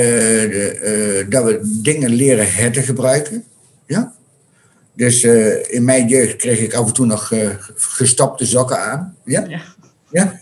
de, uh, dat we dingen leren her gebruiken. Ja. Dus uh, in mijn jeugd kreeg ik af en toe nog uh, gestapte sokken aan. Ja? Ja. Ja?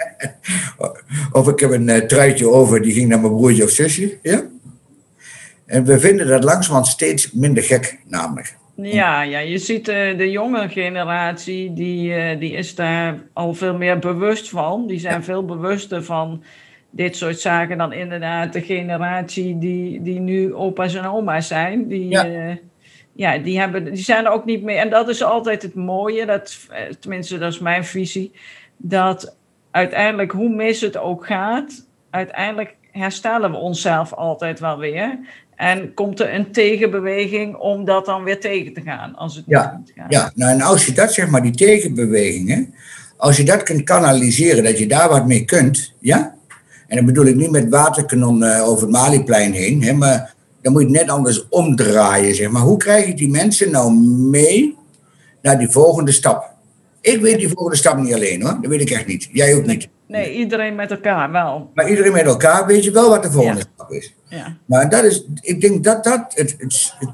Of ik heb een uh, truitje over, die ging naar mijn broertje of zusje. Ja? En we vinden dat langzamerhand steeds minder gek, namelijk. Ja, ja, je ziet uh, de jonge generatie, die, uh, die is daar al veel meer bewust van. Die zijn ja. veel bewuster van dit soort zaken dan inderdaad de generatie die, die nu opa's en oma's zijn. Die, ja. Uh, ja, die, hebben, die zijn er ook niet meer. En dat is altijd het mooie, dat, tenminste dat is mijn visie, dat uiteindelijk, hoe mis het ook gaat, uiteindelijk herstellen we onszelf altijd wel weer. En komt er een tegenbeweging om dat dan weer tegen te gaan, als het ja, niet gaat. Ja, nou en als je dat, zeg maar, die tegenbewegingen, als je dat kunt kanaliseren, dat je daar wat mee kunt, ja? En dan bedoel ik niet met waterkanon uh, over het Malieplein heen, hè, maar dan moet je het net anders omdraaien, zeg maar. Hoe krijg je die mensen nou mee naar die volgende stap? Ik weet die volgende stap niet alleen, hoor. Dat weet ik echt niet. Jij ook niet. Nee, nee, iedereen met elkaar wel. Maar iedereen met elkaar weet je wel wat de volgende ja. stap is. Ja. Maar dat is, ik denk dat dat het, het, het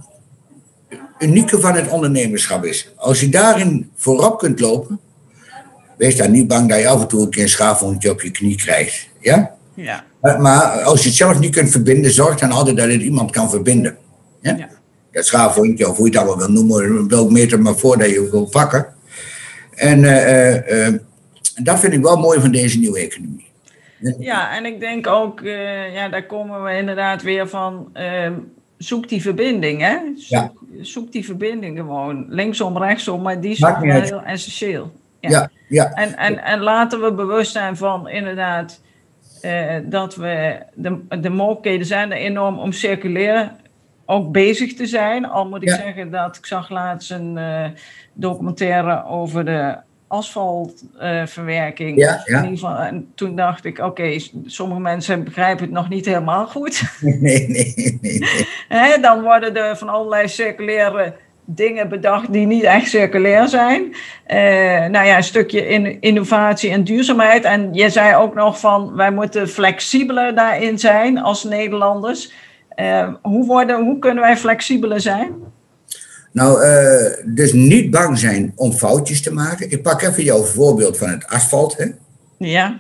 unieke van het ondernemerschap is. Als je daarin voorop kunt lopen, wees dan niet bang dat je af en toe een keer een schaafwondje op je knie krijgt. Ja? Ja. Maar als je het zelf niet kunt verbinden, zorg dan altijd dat het iemand kan verbinden. Ja? Ja. Dat schaafwondje, of hoe je het allemaal wil noemen, welk meter maar voor dat je wil pakken. En uh, uh, dat vind ik wel mooi van deze nieuwe economie. Ja, en ik denk ook, uh, ja, daar komen we inderdaad weer van, uh, zoek die verbinding, hè? Zoek, ja. zoek die verbinding gewoon, linksom, rechtsom, maar die is wel heel essentieel. Ja. Ja, ja. En, en, en laten we bewust zijn van, inderdaad, uh, dat we, de, de mogelijkheden zijn er enorm om circulair ook bezig te zijn. Al moet ik ja. zeggen dat ik zag laatst een uh, documentaire over de asfaltverwerking. Uh, ja, ja. In ieder geval, en toen dacht ik, oké, okay, sommige mensen begrijpen het nog niet helemaal goed. Nee, nee, nee. nee. He, dan worden er van allerlei circulaire dingen bedacht die niet echt circulair zijn. Uh, nou ja, een stukje in, innovatie en duurzaamheid. En je zei ook nog van, wij moeten flexibeler daarin zijn als Nederlanders. Uh, hoe, worden, hoe kunnen wij flexibeler zijn? Nou, uh, dus niet bang zijn om foutjes te maken. Ik pak even jouw voorbeeld van het asfalt. Hè? Ja.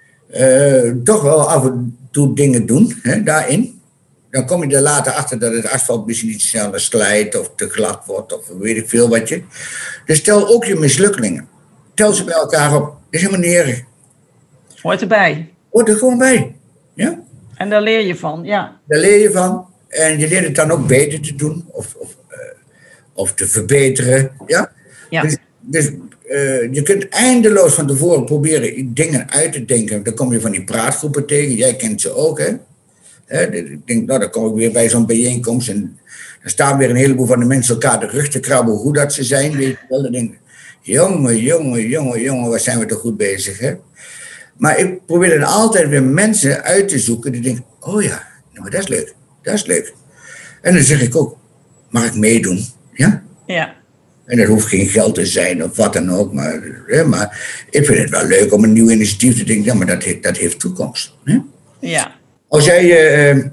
Uh, toch wel af en toe dingen doen, hè, daarin. Dan kom je er later achter dat het asfalt misschien niet sneller slijt of te glad wordt of weet ik veel wat je. Dus tel ook je mislukkingen. Tel ze bij elkaar op. Dat is helemaal niet erg. Hoort erbij. Hoort er gewoon bij. Ja? En daar leer je van, ja. Daar leer je van. En je leert het dan ook beter te doen. Of, of, uh, of te verbeteren. Ja? Ja. Dus, dus uh, je kunt eindeloos van tevoren proberen dingen uit te denken. Dan kom je van die praatgroepen tegen. Jij kent ze ook, hè? He, ik denk, nou, dan kom ik weer bij zo'n bijeenkomst. En dan staan weer een heleboel van de mensen elkaar de rug te krabben. Hoe dat ze zijn, weet je wel. Dan denk ik, jongen, jongen, jongen, jongen, waar zijn we toch goed bezig, hè? Maar ik probeer dan altijd weer mensen uit te zoeken die denken, oh ja, nou, maar dat is leuk, dat is leuk. En dan zeg ik ook, mag ik meedoen? Ja? Ja. En dat hoeft geen geld te zijn of wat dan ook, maar, hè, maar ik vind het wel leuk om een nieuw initiatief te denken, ja, maar dat heeft, dat heeft toekomst. Hè? Ja. Als jij, uh,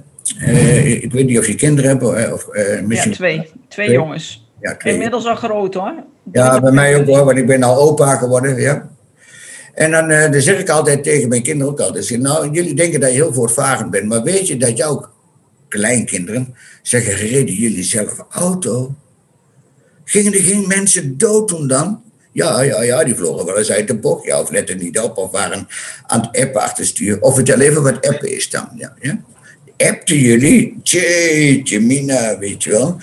uh, ik weet niet of je kinderen hebt, of uh, misschien... Ja, twee, twee, twee jongens. Ja, twee. Inmiddels al groot, hoor. Ja, bij mij ook hoor, want ik ben al opa geworden, ja. En dan, uh, dan zeg ik altijd tegen mijn kinderen ook altijd, zeg, nou, jullie denken dat je heel voortvarend bent, maar weet je dat jouw kleinkinderen zeggen, reden jullie zelf auto? Gingen er geen mensen dood toen dan? Ja, ja, ja, die vlogen wel eens uit de bocht, ja, of letten niet op, of waren aan het appen achter stuur. Of vertel even wat appen is dan, ja. ja? Appten jullie? Tjeetje, mina, weet je wel.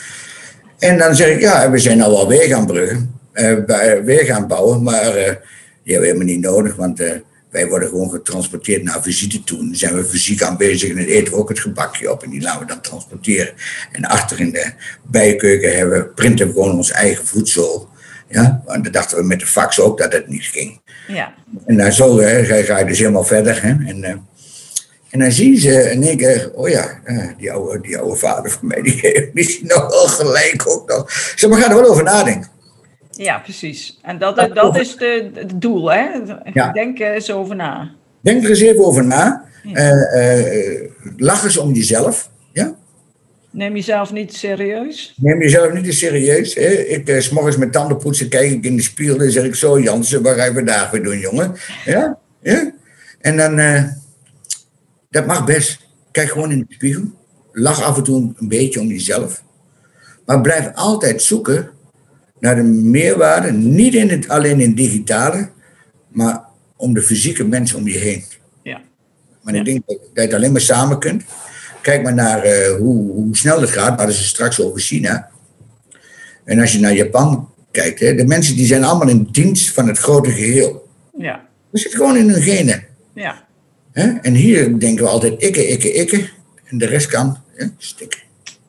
En dan zeg ik, ja, we zijn al wel weer gaan bruggen, uh, weer gaan bouwen, maar... Uh, die hebben we helemaal niet nodig, want uh, wij worden gewoon getransporteerd naar visite toe. Dan zijn we fysiek aan bezig en dan eten we ook het gebakje op en die laten we dan transporteren. En achter in de bijenkeuken hebben we, printen we gewoon ons eigen voedsel. Ja? Want dan dachten we met de fax ook dat het niet ging. Ja. En dan zo uh, ga je dus helemaal verder. Hè? En, uh, en dan zien ze in één keer, oh ja, uh, die, oude, die oude vader van mij, die heeft misschien nog wel gelijk ook nog. Zeg maar, ga er wel over nadenken. Ja, precies. En dat, dat is de, het doel, hè? Ja. Denk er eens over na. Denk er eens even over na. Ja. Uh, uh, lach eens om jezelf. Ja? Neem jezelf niet serieus. Neem jezelf niet te serieus. Hè? Ik, uh, 's morgens met tanden poetsen, kijk ik in de spiegel en zeg ik zo, Jansen, wat ga je vandaag weer doen, jongen? Ja? Ja? En dan, uh, dat mag best. Kijk gewoon in de spiegel. Lach af en toe een beetje om jezelf. Maar blijf altijd zoeken naar de meerwaarde, niet in het, alleen in het digitale, maar om de fysieke mensen om je heen. Ja. Maar Ja. ik denk dat je het alleen maar samen kunt. Kijk maar naar uh, hoe, hoe snel het gaat, hadden ze straks over China. En als je naar Japan kijkt, hè, de mensen die zijn allemaal in dienst van het grote geheel. Ja. Dat zit gewoon in hun genen. Ja. Hè? En hier denken we altijd ikke, ikke, ikke. En de rest kan hè, stikken.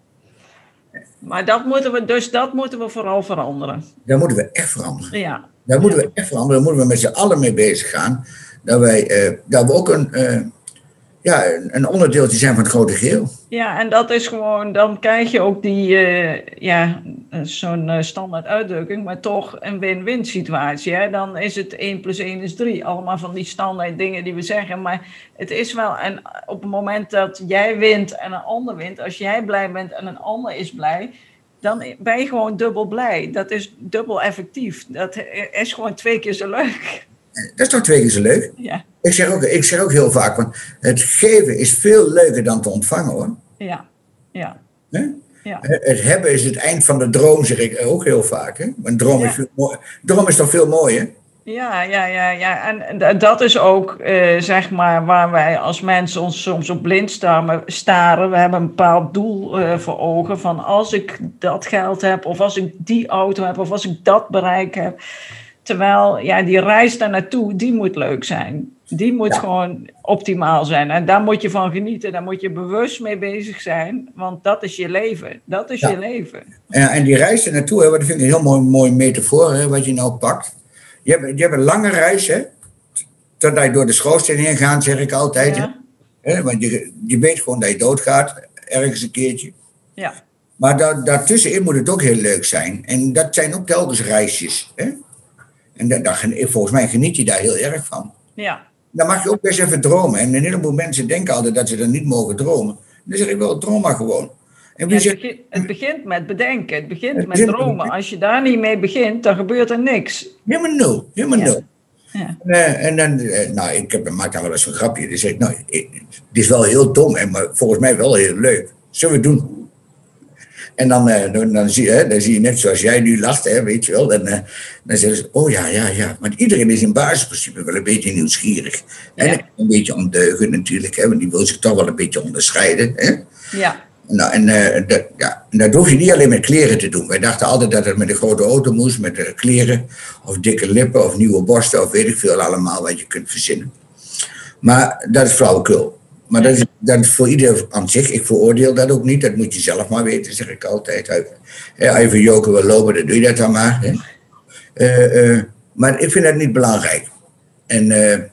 Maar dat moeten we, dus dat moeten we vooral veranderen. Daar moeten we echt veranderen. Ja. Daar moeten ja. we echt veranderen. Daar moeten we met z'n allen mee bezig gaan. Dat, wij, uh, dat we ook een, uh, ja, een onderdeeltje zijn van het grote geheel. Ja, en dat is gewoon, dan krijg je ook die, uh, ja, zo'n uh, standaard uitdrukking, maar toch een win-win situatie. Hè? Dan is het één plus één is drie. Allemaal van die standaard dingen die we zeggen. Maar het is wel, en op het moment dat jij wint en een ander wint, als jij blij bent en een ander is blij, dan ben je gewoon dubbel blij. Dat is dubbel effectief. Dat is gewoon twee keer zo leuk. Dat is toch twee keer zo leuk? Ja. Ik zeg ook, ik zeg ook heel vaak, want het geven is veel leuker dan te ontvangen, hoor. Ja, ja. Hè? Ja. Het hebben is het eind van de droom, zeg ik ook heel vaak. Hè? Een droom, ja. is veel mooi. droom is toch veel mooier? Ja, ja, ja, ja. En dat is ook, uh, zeg maar, waar wij als mensen ons soms op blind staren. We hebben een bepaald doel uh, voor ogen van als ik dat geld heb, of als ik die auto heb, of als ik dat bereik heb. Terwijl, ja, die reis daar naartoe, die moet leuk zijn. Die moet ja. gewoon optimaal zijn. En daar moet je van genieten. Daar moet je bewust mee bezig zijn. Want dat is je leven. Dat is ja. je leven. Ja, en die reis er naartoe, hè, dat vind ik een heel mooi, mooi metafoor, hè, wat je nou pakt. Je hebt, je hebt een lange reis, hè. Totdat je door de schoorsteen heen gaat, zeg ik altijd. Ja. Hè, want je, je weet gewoon dat je doodgaat. Ergens een keertje. Ja. Maar da, daartussenin moet het ook heel leuk zijn. En dat zijn ook telkens reisjes, hè. En dat, dat, volgens mij geniet je daar heel erg van. Ja. Dan mag je ook best even dromen. En een heleboel mensen denken altijd dat ze dan niet mogen dromen. Dan zeg ik wel, droom maar gewoon. En wie ja, zegt, het, begint, het begint met bedenken. Het begint het met begint dromen. Met Als je daar niet mee begint, dan gebeurt er niks. Helemaal nul. Helemaal ja. nul. Ja. En, uh, en dan, uh, nou, ik heb, maak dan wel eens een grapje. Dan zeg ik, nou, het is wel heel dom, hè, maar volgens mij wel heel leuk. Zullen we het doen? En dan, uh, dan, dan, zie je, hè, dan zie je net zoals jij nu lacht, hè, weet je wel. Dan, uh, dan zeggen ze, oh ja, ja, ja. Maar iedereen is in basisprincipe wel een beetje nieuwsgierig. Ja. En een beetje ondeugend natuurlijk, hè, want die wil zich toch wel een beetje onderscheiden. Hè. Ja. Nou, en, uh, dat, ja, en dat hoef je niet alleen met kleren te doen. Wij dachten altijd dat het met een grote auto moest, met uh, kleren. Of dikke lippen, of nieuwe borsten, of weet ik veel allemaal wat je kunt verzinnen. Maar dat is flauwekul. Maar dat is, dat is voor ieder aan zich. Ik veroordeel dat ook niet. Dat moet je zelf maar weten, zeg ik altijd. Als je voor joker wil lopen, dan doe je dat dan maar. Hè. Uh, uh, maar ik vind dat niet belangrijk. En uh, uh,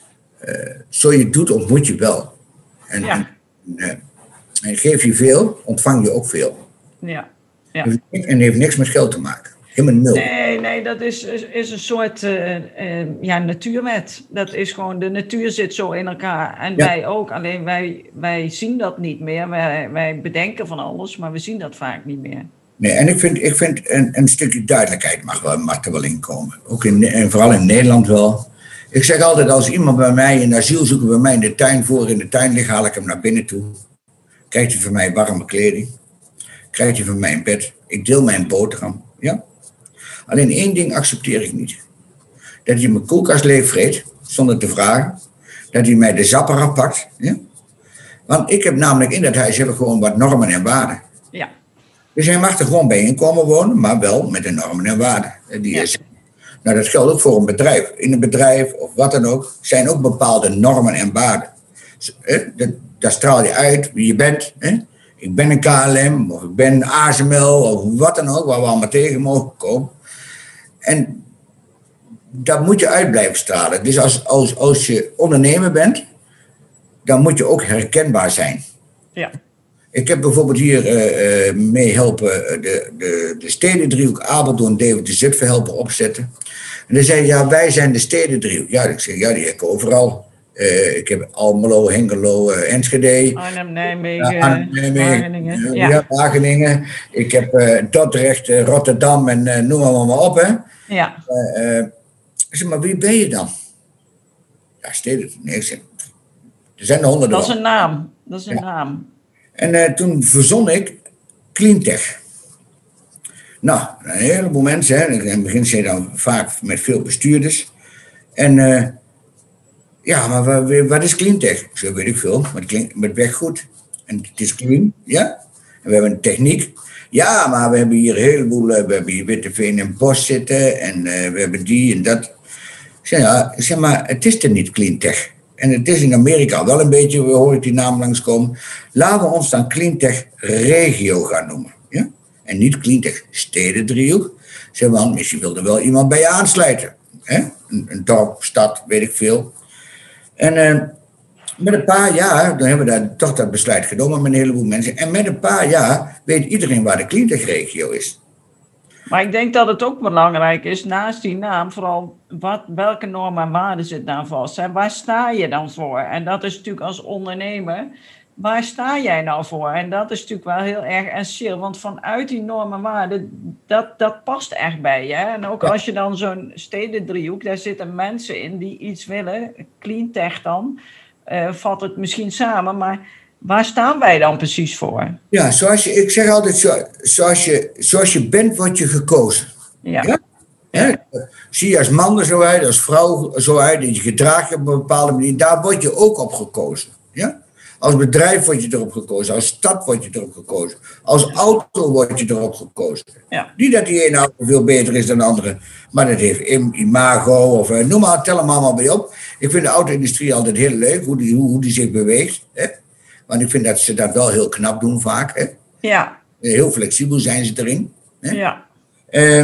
zo je het doet, ontmoet je wel. En, ja. en, uh, en geef je veel, ontvang je ook veel. Ja. Ja. En het heeft niks met geld te maken. Helemaal nul. Nee, nee, dat is, is, is een soort uh, uh, ja, natuurwet. Dat is gewoon, de natuur zit zo in elkaar. En ja. wij ook. Alleen wij, wij zien dat niet meer. Wij, wij bedenken van alles, maar we zien dat vaak niet meer. Nee, en ik vind, ik vind een, een stukje duidelijkheid mag, wel, mag er wel in komen. Ook in, en vooral in Nederland wel. Ik zeg altijd, als iemand bij mij een asiel zoekt bij mij in de tuin voor in de tuin ligt, haal ik hem naar binnen toe. Krijgt hij van mij warme kleding. Krijgt hij van mij een bed. Ik deel mijn boterham. Ja. Alleen één ding accepteer ik niet. Dat hij mijn koelkast leegvreet, zonder te vragen. Dat hij mij de zapper afpakt. Ja? Want ik heb namelijk in dat huis heb ik gewoon wat normen en waarden. Ja. Dus hij mag er gewoon bij in komen wonen, maar wel met de normen en waarden. Die is. Ja. Nou, dat geldt ook voor een bedrijf. In een bedrijf of wat dan ook, zijn ook bepaalde normen en waarden. Daar straal je uit wie je bent. Hè? Ik ben een K L M of ik ben A S M L of wat dan ook, waar we allemaal tegen mogen komen. En dat moet je uit blijven stralen. Dus als, als, als je ondernemer bent, dan moet je ook herkenbaar zijn. Ja. Ik heb bijvoorbeeld hier uh, uh, mee helpen de, de, de stedendriehoek Apeldoorn, Deventer, Zutphen helpen opzetten. En dan zei je, ja, wij zijn de stedendriehoek. Ja, ik zeg, ja, die heb ik overal. Uh, ik heb Almelo, Hengelo, uh, Enschede. Arnhem, Nijmegen, uh, Arnhem, Nijmegen Wageningen. Uh, ja. ja, Wageningen. Ik heb uh, Dordrecht, uh, Rotterdam en uh, noem maar, maar op. Hè. Ja. Uh, uh, ik zeg, maar wie ben je dan? Ja, steden. Nee, ik zeg, er zijn er honderden. Dat is een naam. Dat is een ja. naam. En uh, toen verzon ik Cleantech. Nou, een heleboel mensen. Hè. In het begin zijn dan vaak met veel bestuurders. En uh, ja, maar wat, wat is cleantech? Zo weet ik veel, maar het, klinkt, maar het werkt goed. En het is clean, ja. En we hebben een techniek. Ja, maar we hebben hier een heleboel, uh, we hebben hier Witteveen en Bos zitten. En uh, we hebben die en dat. Ik zeg, ja, ik zeg maar, het is er niet cleantech. En het is in Amerika wel een beetje, we horen die naam langskomen. Laten we ons dan cleantech regio gaan noemen. Ja? En niet cleantech stedendriehoek. Zeg maar, misschien wil er wel iemand bij je aansluiten. Hè? Een, een dorp, stad, weet ik veel. En uh, met een paar jaar, dan hebben we daar toch dat besluit genomen met een heleboel mensen. En met een paar jaar weet iedereen waar de cleantech regio is. Maar ik denk dat het ook belangrijk is, naast die naam, vooral wat, welke normen en waarden zit daar vast. En waar sta je dan voor? En dat is natuurlijk als ondernemer, waar sta jij nou voor? En dat is natuurlijk wel heel erg essentieel, want vanuit die normen en waarden, dat, dat past echt bij je. En ook als je dan zo'n stedendriehoek, daar zitten mensen in die iets willen, cleantech dan, uh, vat het misschien samen, maar waar staan wij dan precies voor? Ja, zoals je, ik zeg altijd, zo, zoals, je, zoals je bent, word je gekozen. Ja. Ja? Ja? Zie je als man er zo uit, als vrouw zo uit, dat je gedraagt je op een bepaalde manier, daar word je ook op gekozen. Ja? Als bedrijf word je erop gekozen, als stad word je erop gekozen, als auto word je erop gekozen. Ja. Niet dat die ene auto veel beter is dan de andere, maar dat heeft imago of noem maar, tel hem allemaal bij op. Ik vind de auto-industrie altijd heel leuk, hoe die, hoe, hoe die zich beweegt. Hè? Want ik vind dat ze dat wel heel knap doen vaak. Hè? Ja. Heel flexibel zijn ze erin. Hè? Ja. Uh,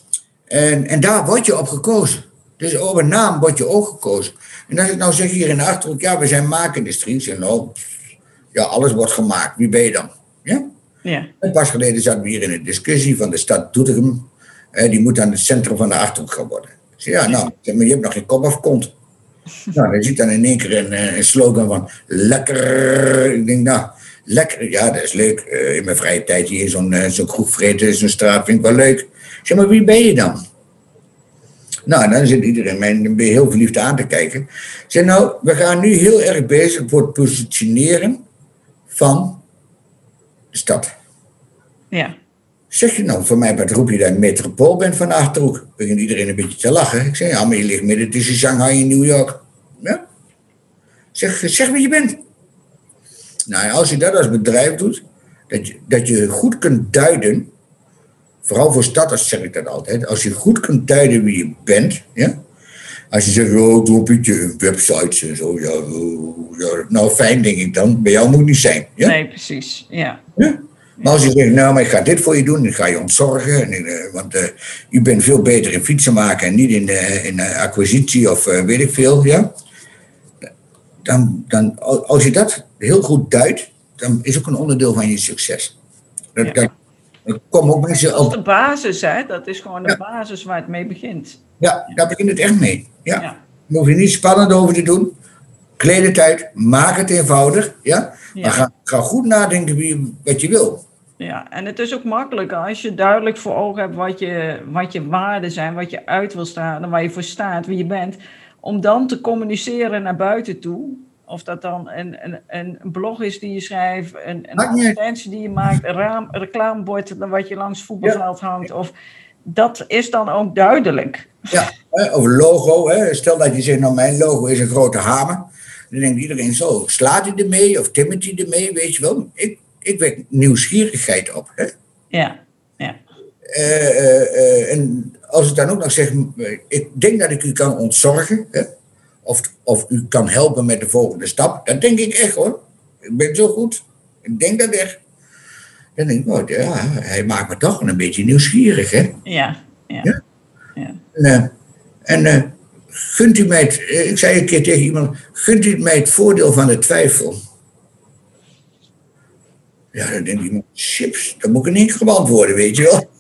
en, en daar word je op gekozen. Dus op een naam word je ook gekozen. En als ik nou zeg hier in de Achterhoek, ja, we zijn maakindustrie. Ik zeg nou, ja, alles wordt gemaakt. Wie ben je dan? Ja? Ja. En pas geleden zaten we hier in een discussie van de stad Doetinchem. Uh, die moet aan het centrum van de Achterhoek gaan worden. Ik zeg, ja, nou, zeg maar, je hebt nog geen kop of kont. Nou, dan zie ik dan in één keer een, een slogan van lekker. Ik denk, nou, lekker, ja, dat is leuk. Uh, in mijn vrije tijd hier zo'n uh, zo'n kroeg vreten, zo'n straat, vind ik wel leuk. Ik zeg, maar wie ben je dan? Nou, dan zit iedereen mij heel verliefd aan te kijken. Ik zeg, nou, we gaan nu heel erg bezig voor het positioneren van de stad. Ja. Zeg je nou, voor mij wat roep je dat een metropool bent van de Achterhoek? Begint iedereen een beetje te lachen. Ik zeg, ja, maar je ligt midden tussen Shanghai en New York. Ja? Zeg, zeg wat je bent. Nou, als je dat als bedrijf doet, dat je, dat je goed kunt duiden, vooral voor starters zeg ik dat altijd, als je goed kunt duiden wie je bent, ja? Als je zegt, oh, ik loop je websites en zo, ja, oh, ja, nou fijn denk ik dan, bij jou moet het niet zijn. Ja? Nee, precies, ja. Ja? Maar als je zegt, nou, maar ik ga dit voor je doen, ik ga je ontzorgen, en, uh, want uh, u bent veel beter in fietsen maken en niet in, uh, in uh, acquisitie of uh, weet ik veel, ja. Dan, dan, als je dat heel goed duidt, dan is ook een onderdeel van je succes. Dat, Ja. dat, dat komen ook mensen Dat is op. de basis, hè? Dat is gewoon de Ja. basis waar het mee begint. Ja, daar begint het echt mee. Ja. Ja. Daar hoef je niet spannend over te doen. Kleed het uit, maak het eenvoudig, ja. Ja. Maar ga, ga goed nadenken wie, wat je wil. Ja, en het is ook makkelijker als je duidelijk voor ogen hebt wat je, wat je waarden zijn, wat je uit wil stralen, waar je voor staat, wie je bent, om dan te communiceren naar buiten toe. Of dat dan een, een, een blog is die je schrijft, een, een Maakt niet uit. advertentie die je maakt, een, raam, een reclamebord wat je langs het voetbalveld hangt. Of, dat is dan ook duidelijk. Ja, hè, over logo. Hè. Stel dat je zegt, nou mijn logo is een grote hamer. Dan denkt iedereen zo, slaat hij ermee of timmert hij ermee, weet je wel. Ik, ik wek nieuwsgierigheid op. Hè. Ja, ja. Uh, uh, uh, en als ik dan ook nog zeg, ik denk dat ik u kan ontzorgen. Hè. Of, of u kan helpen met de volgende stap. Dat denk ik echt hoor. Ik ben zo goed. Ik denk dat echt. Dan denk ik, oh, ja, hij maakt me toch een beetje nieuwsgierig. Hè. Ja, ja. Ja? Ja. En, uh, en uh, gunt u mij, het, uh, ik zei een keer tegen iemand, gunt u mij het voordeel van de twijfel? Ja, dan denkt iemand, chips, dat moet ik in één keer beantwoorden, weet je wel.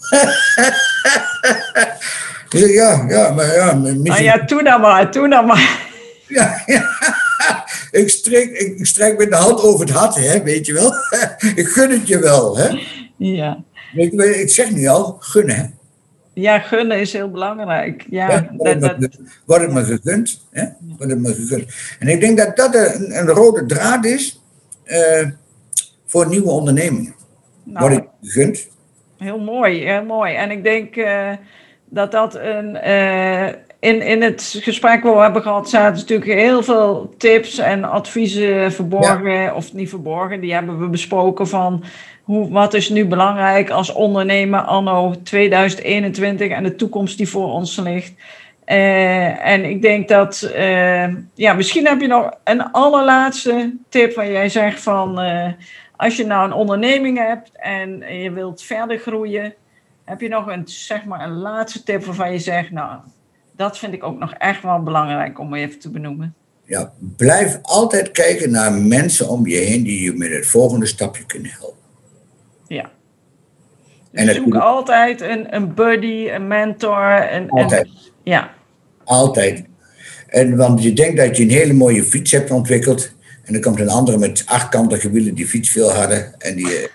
Dus ik, ja, ja, maar ja. Misschien... Ah ja, toen dan maar, toen dan maar. Ja, ja. Ik strijk, ik strijk met de hand over het hart, hè, weet je wel. Ik gun het je wel, hè. Ja. Ik, ik zeg nu al, gunnen, hè. Ja, gunnen is heel belangrijk. Ja, Ja, wordt, dat, het dat... me, wordt het me gegund, hè? Wordt het me gegund. En ik denk dat dat een, een rode draad is uh, voor nieuwe ondernemingen. Nou, Word ik gegund? heel mooi, heel mooi. En ik denk uh, dat dat een... Uh, in, in het gesprek wat we hebben gehad zaten natuurlijk heel veel tips en adviezen verborgen. Ja. Of niet verborgen, die hebben we besproken van... Hoe, wat is nu belangrijk als ondernemer anno tweeduizend eenentwintig en de toekomst die voor ons ligt. Uh, en ik denk dat, uh, ja, misschien heb je nog een allerlaatste tip waar jij zegt van, uh, als je nou een onderneming hebt en je wilt verder groeien, heb je nog een, zeg maar, een laatste tip waarvan je zegt, nou, dat vind ik ook nog echt wel belangrijk om even te benoemen. Ja, blijf altijd kijken naar mensen om je heen die je met het volgende stapje kunnen helpen. Ja. Dus en zoek altijd een, een buddy, een mentor. Een, altijd. Een, ja. Altijd. En, want je denkt dat je een hele mooie fiets hebt ontwikkeld. En dan komt een andere met achtkantige wielen die fiets veel harder. En die, uh,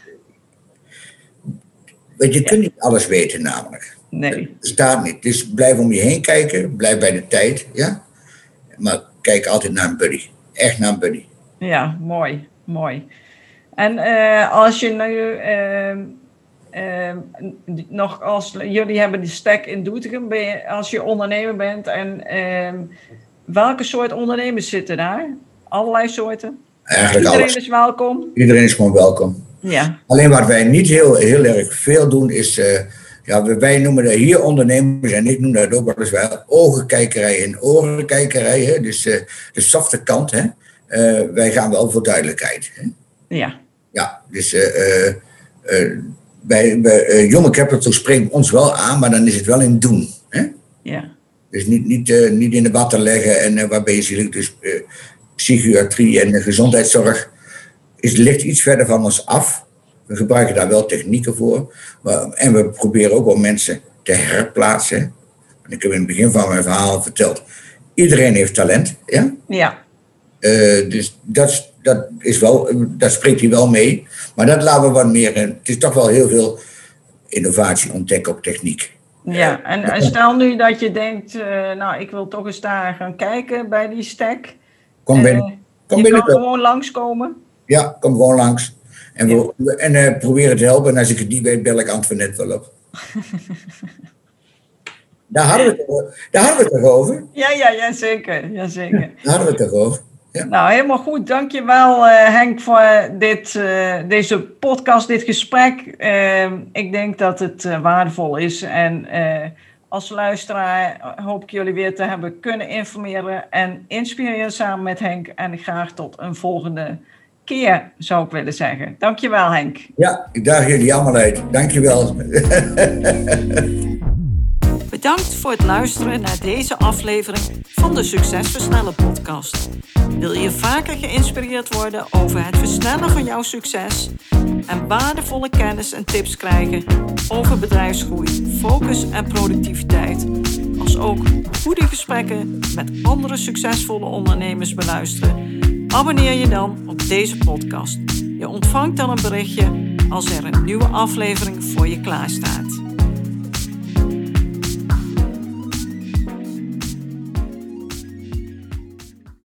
weet je, je ja. kunt niet alles weten namelijk. Nee. Dat staat niet. Dus blijf om je heen kijken. Blijf bij de tijd. Ja? Maar kijk altijd naar een buddy. Echt naar een buddy. Ja, mooi. Mooi. En uh, als je nu uh, uh, nog als jullie hebben die stack in Doetinchem, ben je, als je ondernemer bent en uh, welke soort ondernemers zitten daar? Allerlei soorten? Eigenlijk Iedereen alles. is welkom? Iedereen is gewoon welkom. Ja. Alleen wat wij niet heel, heel erg veel doen is, uh, ja, wij noemen dat hier ondernemers en ik noem dat ook wel eens wel ogenkijkerij en orenkijkerij, hè? Dus uh, de softe kant. Hè? Uh, wij gaan wel voor duidelijkheid. Hè? Ja. Ja, dus uh, uh, uh, bij, bij uh, Human Capital spreekt ons wel aan, maar dan is het wel in doen. Hè? Ja. Dus niet, niet, uh, niet in de watten leggen en uh, waarbij je ziet, dus uh, psychiatrie en uh, gezondheidszorg is, ligt iets verder van ons af. We gebruiken daar wel technieken voor. Maar, en we proberen ook wel mensen te herplaatsen. En ik heb in het begin van mijn verhaal verteld, iedereen heeft talent. Ja. Ja. Uh, dus dat, dat, is wel, dat spreekt hij wel mee. Maar dat laten we wat meer. Het is toch wel heel veel innovatie ontdekken op techniek. Ja, en, en stel nu dat je denkt, uh, nou, ik wil toch eens daar gaan kijken bij die stack. Kom binnen. Uh, kom je binnen. kan gewoon langskomen. Ja, kom gewoon langs. En, we, ja. en uh, proberen te helpen. En als ik het niet weet, bel ik Antoinette wel op. Daar hadden we het over. Daar hadden we het toch over? Ja, ja, ja, zeker. Ja, zeker. Daar hadden we het toch over. Ja. Nou, helemaal goed. Dankjewel uh, Henk voor dit, uh, deze podcast, dit gesprek. Uh, ik denk dat het uh, waardevol is. En uh, als luisteraar hoop ik jullie weer te hebben kunnen informeren en inspireren samen met Henk. En graag tot een volgende keer, zou ik willen zeggen. Dankjewel Henk. Ja, ik daag jullie allemaal uit. Dankjewel. Bedankt voor het luisteren naar deze aflevering van de Succesversnellen podcast. Wil je vaker geïnspireerd worden over het versnellen van jouw succes en waardevolle kennis en tips krijgen over bedrijfsgroei, focus en productiviteit, als ook goede gesprekken met andere succesvolle ondernemers beluisteren? Abonneer je dan op deze podcast. Je ontvangt dan een berichtje als er een nieuwe aflevering voor je klaarstaat.